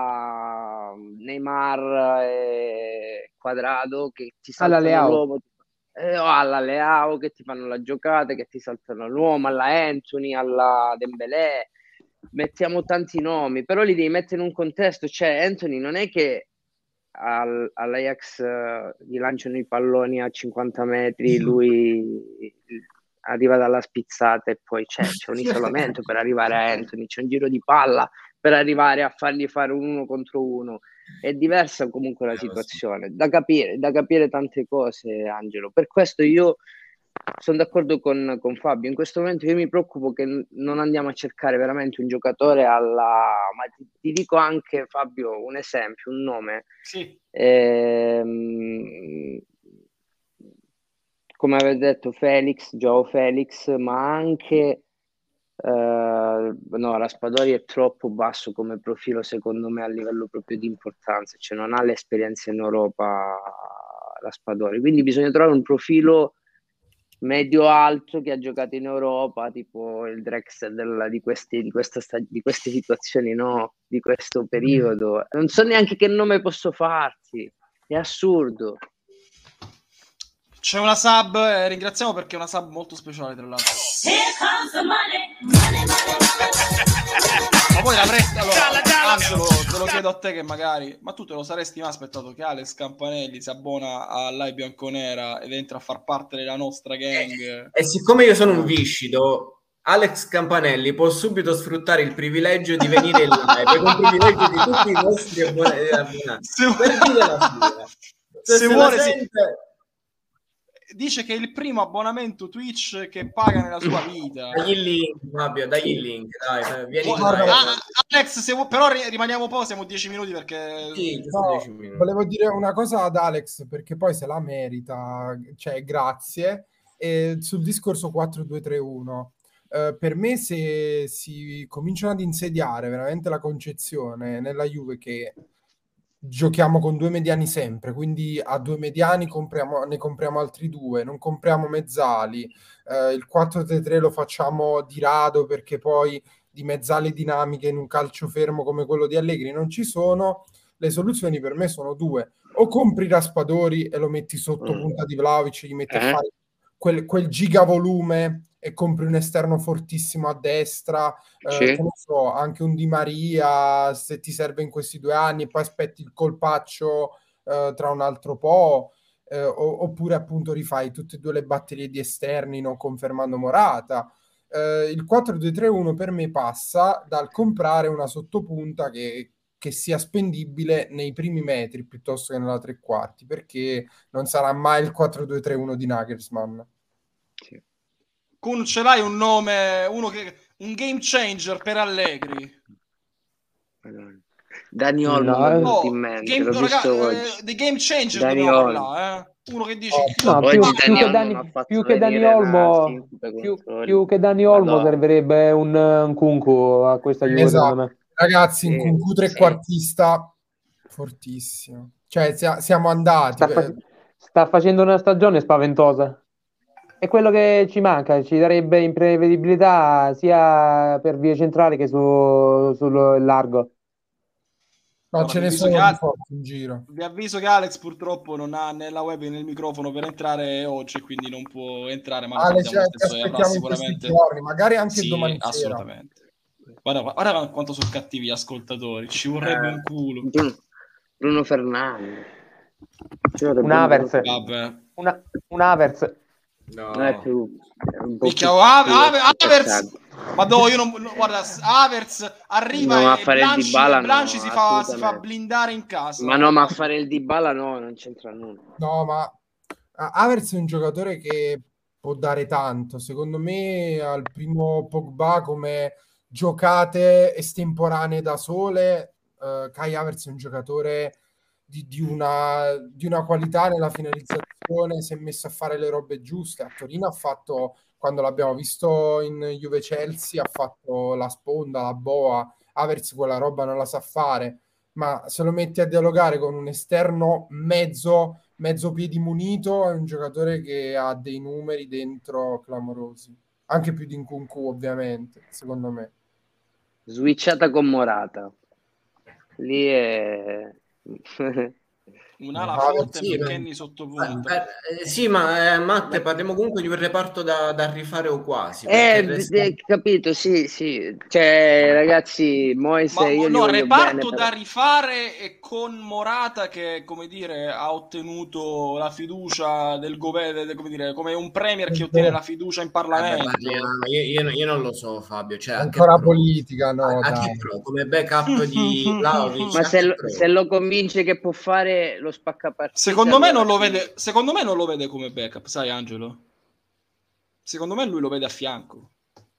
alla Neymar e Quadrado che ti Alla saltano Leao. l'uomo, eh, o alla Leao che ti fanno la giocata, che ti saltano l'uomo, alla Anthony, alla Dembélé, mettiamo tanti nomi, però li devi mettere in un contesto, cioè Anthony non è che al, all'Ajax uh, gli lanciano i palloni a cinquanta metri, lui arriva dalla spizzata e poi c'è, c'è un isolamento per arrivare a Anthony, c'è un giro di palla per arrivare a fargli fare un uno contro uno. È diversa comunque la situazione, da capire, da capire tante cose, Angelo. Per questo io sono d'accordo con, con Fabio. In questo momento io mi preoccupo che n- non andiamo a cercare veramente un giocatore alla... Ma ti, ti dico anche, Fabio, un esempio, un nome. Sì. Ehm, come avete detto, Felix, Joao Felix, ma anche... Uh, no, Raspadori è troppo basso come profilo secondo me a livello proprio di importanza, cioè non ha l'esperienza in Europa Raspadori, quindi bisogna trovare un profilo medio-alto che ha giocato in Europa, tipo il Drexler della, di, questi, di, questa stag- di queste situazioni, no? Di questo periodo. Non so neanche che nome posso farti, è assurdo. C'è una sub, eh, ringraziamo perché è una sub molto speciale tra l'altro. Here comes the money, money, money, money. Ma poi l'avresti, allora, Angelo, te lo chiedo a te che magari, ma tu te lo saresti mai aspettato che Alex Campanelli si abbona all'Ai Bianconera ed entra a far parte della nostra gang? E, e siccome io sono un viscido, Alex Campanelli può subito sfruttare il privilegio di venire in live, è un privilegio di tutti i nostri abbonati, per dire la sua. Se, se se vuole, sente... si... dice che è il primo abbonamento Twitch che paga nella sua vita. Dagli il link, Fabio, dagli il link, dai, vieni oh, dai. Ah, Alex, se vuoi, però rimaniamo po', siamo dieci minuti perché... Sì, no, dieci minuti. Volevo dire una cosa ad Alex, perché poi se la merita, cioè grazie. E sul discorso quattro due tre uno, eh, per me se si cominciano ad insediare veramente la concezione nella Juve che giochiamo con due mediani sempre, quindi a due mediani compriamo, ne compriamo altri due, non compriamo mezzali, eh, il quattro tre tre lo facciamo di rado perché poi di mezzali dinamiche in un calcio fermo come quello di Allegri non ci sono. Le soluzioni per me sono due: o compri Raspadori e lo metti sotto punta di Vlahovic, gli metti a fare quel, quel gigavolume e compri un esterno fortissimo a destra, eh, Sì. che non so, anche un Di Maria se ti serve in questi due anni, e poi aspetti il colpaccio eh, tra un altro po', eh, o, oppure appunto rifai tutte e due le batterie di esterni non confermando Morata. Eh, il quattro due tre uno per me passa dal comprare una sottopunta che, che sia spendibile nei primi metri piuttosto che nella tre quarti, perché non sarà mai il quattro due tre uno di Nagelsmann. Sì. Kun, ce l'hai un nome, uno che un game changer per Allegri? Dani Olmo No, mi è eh. venuto No, in mente, game, l'ho no, visto raga, oggi. eh, dei game changer Dani dobbiamo Olmo. parlare, eh? Uno che dice No, Oggi più, Dani più che Olmo Dani, mi ha fatto più che Dani venire una Olmo, sincope più, contro il- più che Dani Olmo Madonna. servirebbe un, un Kunku a questa Juve, secondo Esatto, me. ragazzi, in Sì, Kunku sì. trequartista fortissimo, cioè sia- siamo andati Sta, fa- per- sta facendo una stagione spaventosa. È quello che ci manca, ci darebbe imprevedibilità sia per vie centrali che su, sul largo. no, Guarda, ce vi ne avviso sono che di Al- forti in giro. vi avviso che Alex purtroppo non ha né la web né il microfono per entrare oggi, quindi non può entrare, ma lo Ale, salutiamo lo cioè, ti stesso e avrà aspettiamo in questi sicuramente... giorni, magari anche Sì, domani sera. assolutamente. Guarda, guarda quanto sono cattivi gli ascoltatori, ci vorrebbe Eh, un culo. Bruno, Bruno Fernandes. Ci vorrebbe Un un Havertz. Bruno Vabbè. Una, un Havertz. No. Non è più è un po' Minchia, più- Ave- più Ave- Havertz, pesante. ma no, io non, no, guarda, Havertz arriva No, a e fare il Blanci, Dybala e Blanci no, si, fa, si fa assolutamente. blindare in casa. Ma no, ma a fare il Dybala no, non c'entra nulla. No, ma ah, Havertz è un giocatore che può dare tanto. Secondo me al primo Pogba come giocate estemporanee da sole, eh, Kai Havertz è un giocatore di, di una, di una qualità nella finalizzazione, si è messo a fare le robe giuste. A Torino ha fatto, quando l'abbiamo visto in Juve Chelsea, ha fatto la sponda, la boa. Havertz quella roba non la sa fare, ma se lo metti a dialogare con un esterno mezzo, mezzo piedi munito, è un giocatore che ha dei numeri dentro clamorosi, anche più di Nkunku ovviamente, secondo me. Switchata con Morata. Lì è... Un'ala Ah, forte sì, e ma- McKennie sottopunta. Eh, eh, sì, ma eh, Matte, parliamo comunque di un reparto da, da rifare o quasi. Eh, perché d- resta- d- capito, sì, sì. Cioè, ragazzi, Moise, Ma io gli no, voglio reparto bene, da però. rifare e con Morata che, come dire, ha ottenuto la fiducia del governo, come dire, come un premier che ottiene la fiducia in Vabbè, Parlamento. parliamo, io, io- io non lo so, Fabio. Cioè, a che Ancora pro? politica, no, A, a dai. che pro? Come backup di Vlahovic, Ma a se che lo, pro? se lo convince che può fare lo spaccapartite, Secondo me allora non lo sì. vede, secondo me non lo vede come backup, sai Angelo? Secondo me lui lo vede a fianco.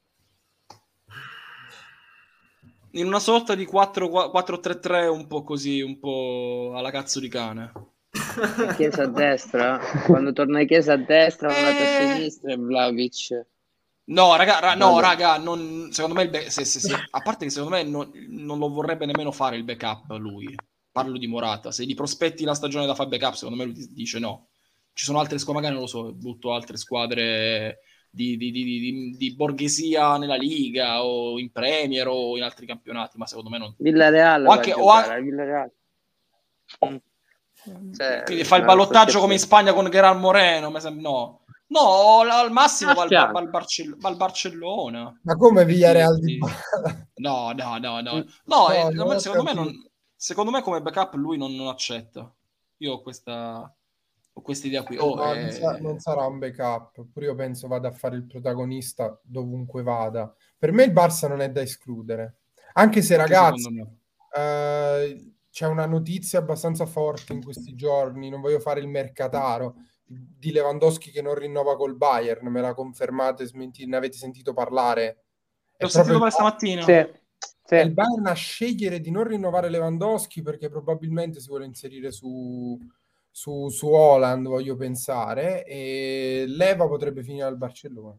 In una sorta di quattro tre tre un po' così, un po' alla cazzo di cane. Chiesa a destra, quando torna Chiesa a destra, Morata a Eh. sinistra e Vlahovic. No, raga, ra- no, Vabbè. raga, non, secondo me il back- se, se, se- a parte che secondo me non, non lo vorrebbe nemmeno fare il backup lui. Parlo di Morata. Se gli prospetti la stagione da fare backup, secondo me lui dice no. Ci sono altre squadre, magari non lo so, butto altre squadre di, di, di, di, di borghesia nella Liga o in Premier o in altri campionati, ma secondo me non. Villareal O anche- va a o giocare, anche- a Villareal. Mm. Cioè, Quindi fa il no, ballottaggio sto come in scherzando. Spagna con Gerard Moreno, mi sembra- no. No, al massimo va al, va fianco. al Barcell- va al Barcellona. Ma come Villarreal Sì, di sì. Bala? No, no, no, no. Mm. No, No, eh, non ho secondo me, capito. non, secondo me come backup lui non, non accetta. Io ho questa, ho questa idea qui. Oh, No, non, sa- eh, non sarà un backup, pure io penso vada a fare il protagonista dovunque vada. Per me il Barça non è da escludere, anche se anche ragazzi, secondo me. eh, c'è una notizia abbastanza forte in questi giorni, non voglio fare il mercataro, di Lewandowski che non rinnova col Bayern, me la confermate, smentite, ne avete sentito parlare? È L'ho proprio sentito il, parlare stamattina. Sì, è sì. il Bayern a scegliere di non rinnovare Lewandowski perché probabilmente si vuole inserire su su, su Haaland, voglio pensare, e Leva potrebbe finire al Barcellona.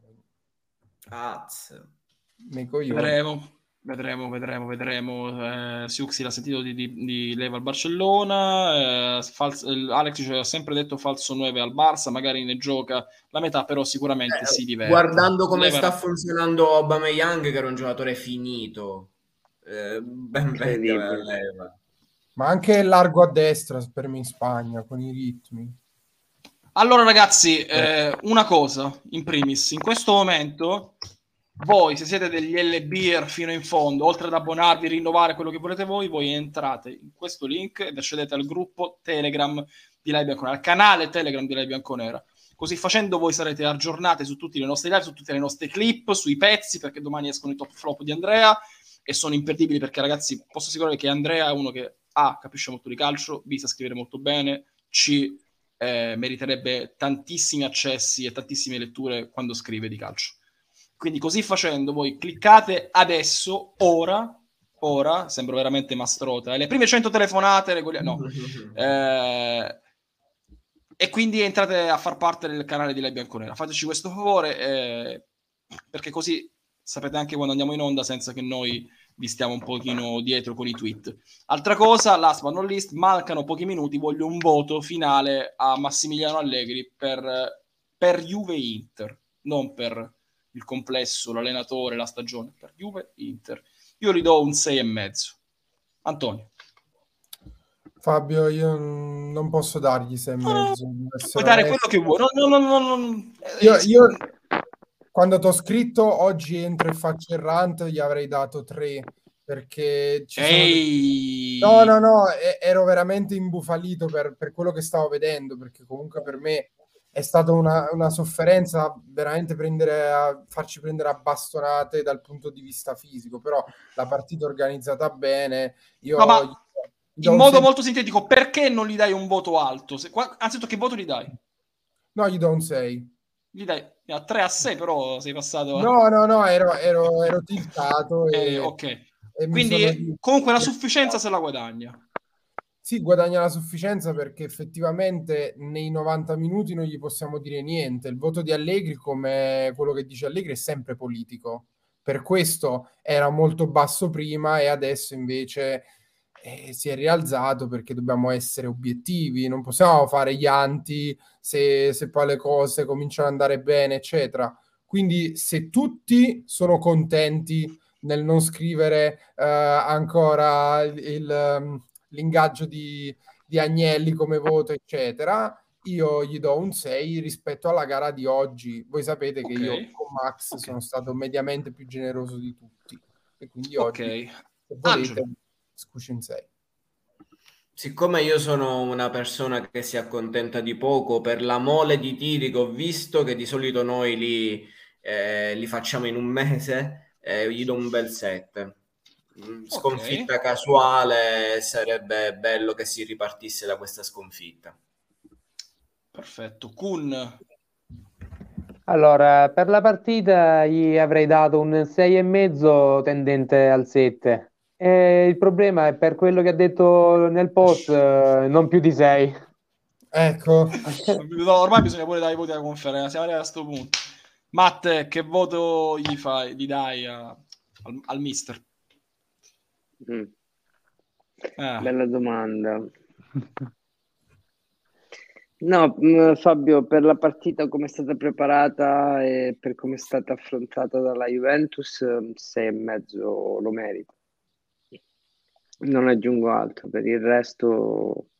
Cazzo. Nei coglioni. Vedremo, vedremo, vedremo, vedremo. Eh, Siuxi l'ha sentito di, di, di Leva al Barcellona. Eh, fals- eh, Alex ci ha sempre detto falso nove al Barça, magari ne gioca la metà, però sicuramente si Eh, diverte. guardando come Leva sta era- funzionando Aubameyang, che era un giocatore finito, eh, ben vecchia la Incredibile. leva. Ma anche largo a destra per me in Spagna, con i ritmi. Allora, ragazzi, eh, una cosa in primis, in questo momento voi, se siete degli L B R fino in fondo, oltre ad abbonarvi, rinnovare quello che volete voi, voi entrate in questo link ed accedete al gruppo Telegram di Live Bianconera, al canale Telegram di Live Bianconera. Così facendo voi sarete aggiornati su tutti le nostre live, su tutte le nostre clip, sui pezzi, perché domani escono i top flop di Andrea e sono imperdibili perché, ragazzi, posso assicurare che Andrea è uno che A, capisce molto di calcio, B, sa scrivere molto bene, C, eh, meriterebbe tantissimi accessi e tantissime letture quando scrive di calcio. Quindi così facendo voi cliccate adesso, ora, ora, sembro veramente Mastrota, eh, le prime cento telefonate, regoli- no, eh, e quindi entrate a far parte del canale di Lei Bianconera. Fateci questo favore, eh, perché così sapete anche quando andiamo in onda senza che noi vi stiamo un pochino dietro con i tweet. Altra cosa, last but not least, mancano pochi minuti, voglio un voto finale a Massimiliano Allegri per, per Juve Inter, non per il complesso, l'allenatore, la stagione, per Juve Inter. Io gli do un sei e mezzo. Antonio. Fabio, io non posso dargli sei e mezzo. devo essere Puoi dare quello onesto. che vuoi. No, no, no, no, no. Io, Eh, io quando ti ho scritto oggi entro e faccio il rant, gli avrei dato tre perché ci sono dei- Ehi. No, no, no, e- ero veramente imbufalito per, per quello che stavo vedendo, perché comunque per me è stata una, una sofferenza veramente prendere a, farci prendere a bastonate dal punto di vista fisico, però la partita organizzata bene, io No, ma gli, gli do in un modo sei- molto sintetico, perché non gli dai un voto alto? Se, qua, anzitutto, che voto gli dai? no, gli do un sei. Gli dai a tre a sei, però sei passato a... No, no, no, ero, ero, ero tiltato Eh, e, ok. e mi sono... Quindi, comunque, la sufficienza se la guadagna. Sì, guadagna la sufficienza perché effettivamente nei novanta minuti non gli possiamo dire niente. Il voto di Allegri, come quello che dice Allegri, è sempre politico. Per questo era molto basso prima e adesso invece eh, si è rialzato perché dobbiamo essere obiettivi. Non possiamo fare gli anti se, se poi le cose cominciano ad andare bene, eccetera. Quindi se tutti sono contenti nel non scrivere eh, ancora il... il l'ingaggio di, di Agnelli come voto, eccetera, io gli do un sei rispetto alla gara di oggi. Voi sapete che Ok. io con Max Ok. sono stato mediamente più generoso di tutti e quindi Ok. oggi, se volete, Angelo. scusi in sei. Siccome io sono una persona che si accontenta di poco, per la mole di tiri che ho visto, che di solito noi li, eh, li facciamo in un mese, eh, gli do un bel sette. Mm, Sconfitta Ok. casuale, sarebbe bello che si ripartisse da questa sconfitta. Perfetto. Kun. Allora, per la partita gli avrei dato un sei e mezzo tendente al sette. E il problema è per quello che ha detto nel post, eh, non più di sei. Ecco, No, ormai bisogna pure dare i voti alla conferenza. Siamo arrivati a questo punto. Matte, che voto gli fai, gli dai a- al, al mister? Mm. Eh. Bella domanda. No, mh, Fabio, per la partita come è stata preparata e per come è stata affrontata dalla Juventus, eh, sei e mezzo lo merita. Non aggiungo altro, per il resto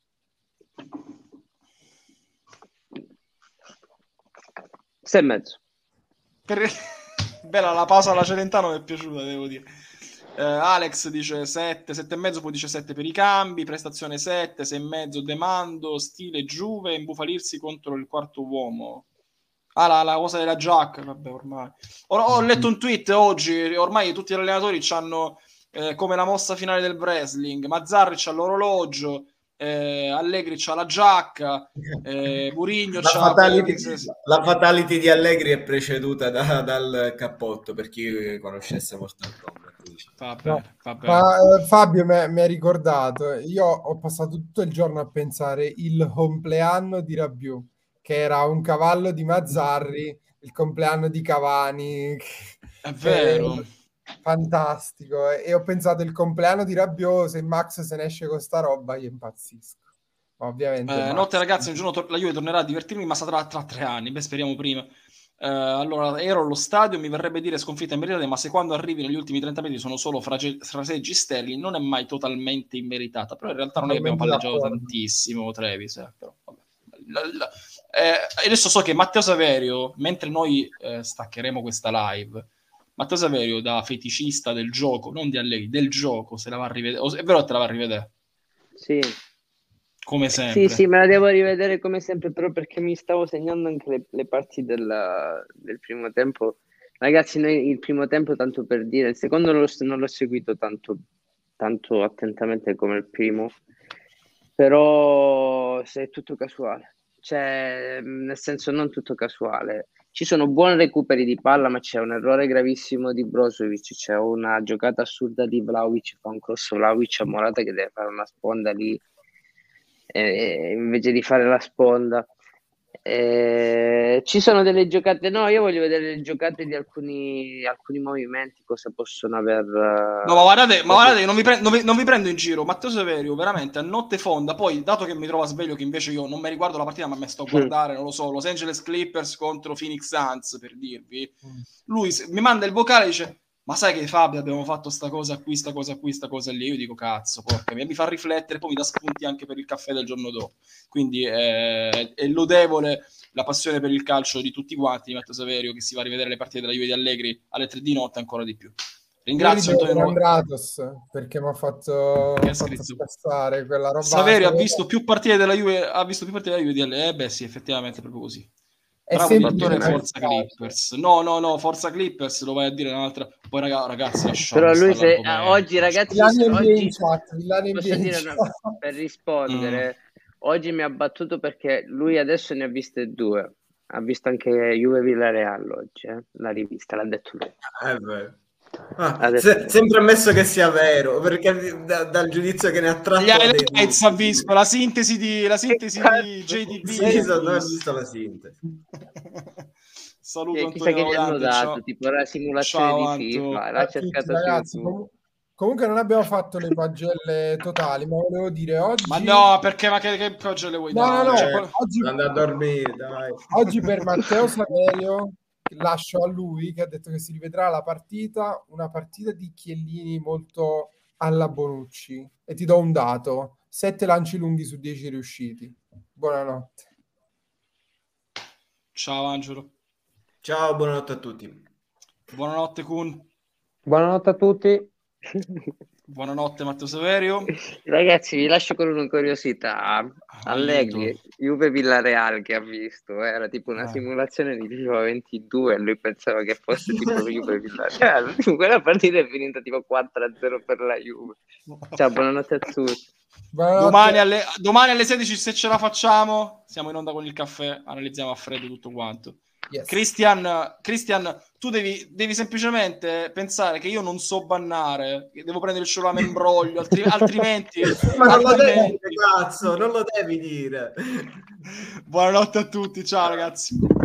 sei e mezzo. Per... Bella la pausa alla Celentano, mi è piaciuta, devo dire. Uh, Alex dice sette, sette e mezzo, poi dice sette per i cambi, prestazione sette, sei e mezzo demando, stile Juve, imbufalirsi contro il quarto uomo. Ah, la, la cosa della giacca, vabbè, ormai. Ho, ho letto un tweet oggi, ormai tutti gli allenatori hanno eh, come la mossa finale del wrestling, Mazzarri c'ha l'orologio, eh, Allegri c'ha la giacca, eh, Mourinho la, c'ha fatality, quella... la fatality di Allegri è preceduta da, dal cappotto, per chi conoscesse Mortal Kombat. Vabbè, no. vabbè. Ma eh, Fabio mi ha ricordato, io ho passato tutto il giorno a pensare il compleanno di Rabiot, che era un cavallo di Mazzarri, il compleanno di Cavani, È vero. Eh, fantastico, e ho pensato il compleanno di Rabiot, se Max se ne esce con sta roba io impazzisco. Ovviamente eh, Max... notte ragazzi, un giorno tor- la Juve tornerà a divertirmi, ma sarà tra tre anni, beh speriamo prima. Uh, allora, ero allo stadio, mi verrebbe dire sconfitta immeritate, ma se quando arrivi negli ultimi trenta metri sono solo frage- fraseggi sterili, non è mai totalmente immeritata. Però in realtà non è che abbiamo palleggiato tantissimo Trevis, eh, però, vabbè. La, la, eh, adesso so che Matteo Saverio, mentre noi eh, staccheremo questa live, Matteo Saverio, da feticista del gioco, non di Allegri, del gioco, se la va a rivedere. È vero che te la va a rivedere? Sì. Come sempre. Sì, sì, me la devo rivedere come sempre, però perché mi stavo segnando anche le, le parti del, del primo tempo. Ragazzi, noi il primo tempo, tanto per dire, il secondo non l'ho, non l'ho seguito tanto, tanto attentamente come il primo, però è tutto casuale. Cioè, nel senso, non tutto casuale. Ci sono buoni recuperi di palla, ma c'è un errore gravissimo di Brozovic, c'è una giocata assurda di Vlahovic, fa un cross Vlahovic a Morata che deve fare una sponda lì, eh, invece di fare la sponda. Eh, ci sono delle giocate, no, io voglio vedere le giocate di alcuni, alcuni movimenti, cosa possono aver... No, ma guardate, ma guardate non, vi pre- non, vi, non vi prendo in giro. Matteo Saverio, veramente, a notte fonda, poi, dato che mi trovo a sveglio, che invece io non mi riguardo la partita, ma mi sto a guardare, non lo so, Los Angeles Clippers contro Phoenix Suns, per dirvi, lui mi manda il vocale e dice: ma sai che Fabio abbiamo fatto sta cosa qui, sta cosa qui, sta cosa lì. Io dico cazzo, porca mia, mi fa riflettere, poi mi dà spunti anche per il caffè del giorno dopo. Quindi eh, è lodevole la passione per il calcio di tutti quanti, di Matteo Saverio, che si va a rivedere le partite della Juve di Allegri alle tre di notte ancora di più. Ringrazio Antonio Andratos perché mi ha fatto, fatto spassare quella roba. Saverio ha visto più partite della Juve, ha visto più partite della Juve di Allegri. Eh beh sì, effettivamente è proprio così. Bravo direttore, Forza Clippers. No, no, no, Forza Clippers lo vai a dire un'altra. Poi raga, ragazzi, lasciamo. Però lui se ah, oggi ragazzi, Villani oggi in chat, Villani posso in dire chat. una, per rispondere, mm. oggi mi ha battuto perché lui adesso ne ha viste due. Ha visto anche Juve Villarreal oggi, eh? La rivista, l'ha detto lui. Eh beh. Ah, se, sempre ammesso che sia vero, perché da, dal giudizio che ne ha tratto gli highlights ha visto la sintesi di la sintesi di J D B. Sì, non ho visto la sintesi. Saluto Antonio. Chissà che gli hanno dato, ciao. Tipo la simulazione ciao, di FIFA, l'ha cercato ragazzi, com- comunque non abbiamo fatto le pagelle totali, ma volevo dire oggi... Ma no, perché ma che, che pagelle vuoi no, dare? No, no, cioè, oggi... Andare a dormire, dai. Oggi per Matteo Saverio lascio a lui, che ha detto che si rivedrà la partita, una partita di Chiellini molto alla Bonucci, e ti do un dato: sette lanci lunghi su dieci riusciti. Buonanotte. Ciao Angelo. Ciao, buonanotte a tutti. Buonanotte Kun. Buonanotte a tutti. Buonanotte Matteo Saverio. Ragazzi, vi lascio con una curiosità. Allegri, Juve Villarreal che ha visto, era tipo una eh. simulazione di FIFA ventidue e lui pensava che fosse tipo Juve Villarreal. Quella partita è finita tipo quattro a zero per la Juve. Ciao, buonanotte a tutti. Buonanotte. Domani alle, domani alle sedici, se ce la facciamo, siamo in onda con il caffè, analizziamo a freddo tutto quanto. Yes. Christian, Christian, tu devi, devi semplicemente pensare che io non so bannare, che devo prendere il cellulare a membroglio, altri, altrimenti... Ma non altrimenti... lo devi dire, cazzo, non lo devi dire. Buonanotte a tutti, ciao ragazzi.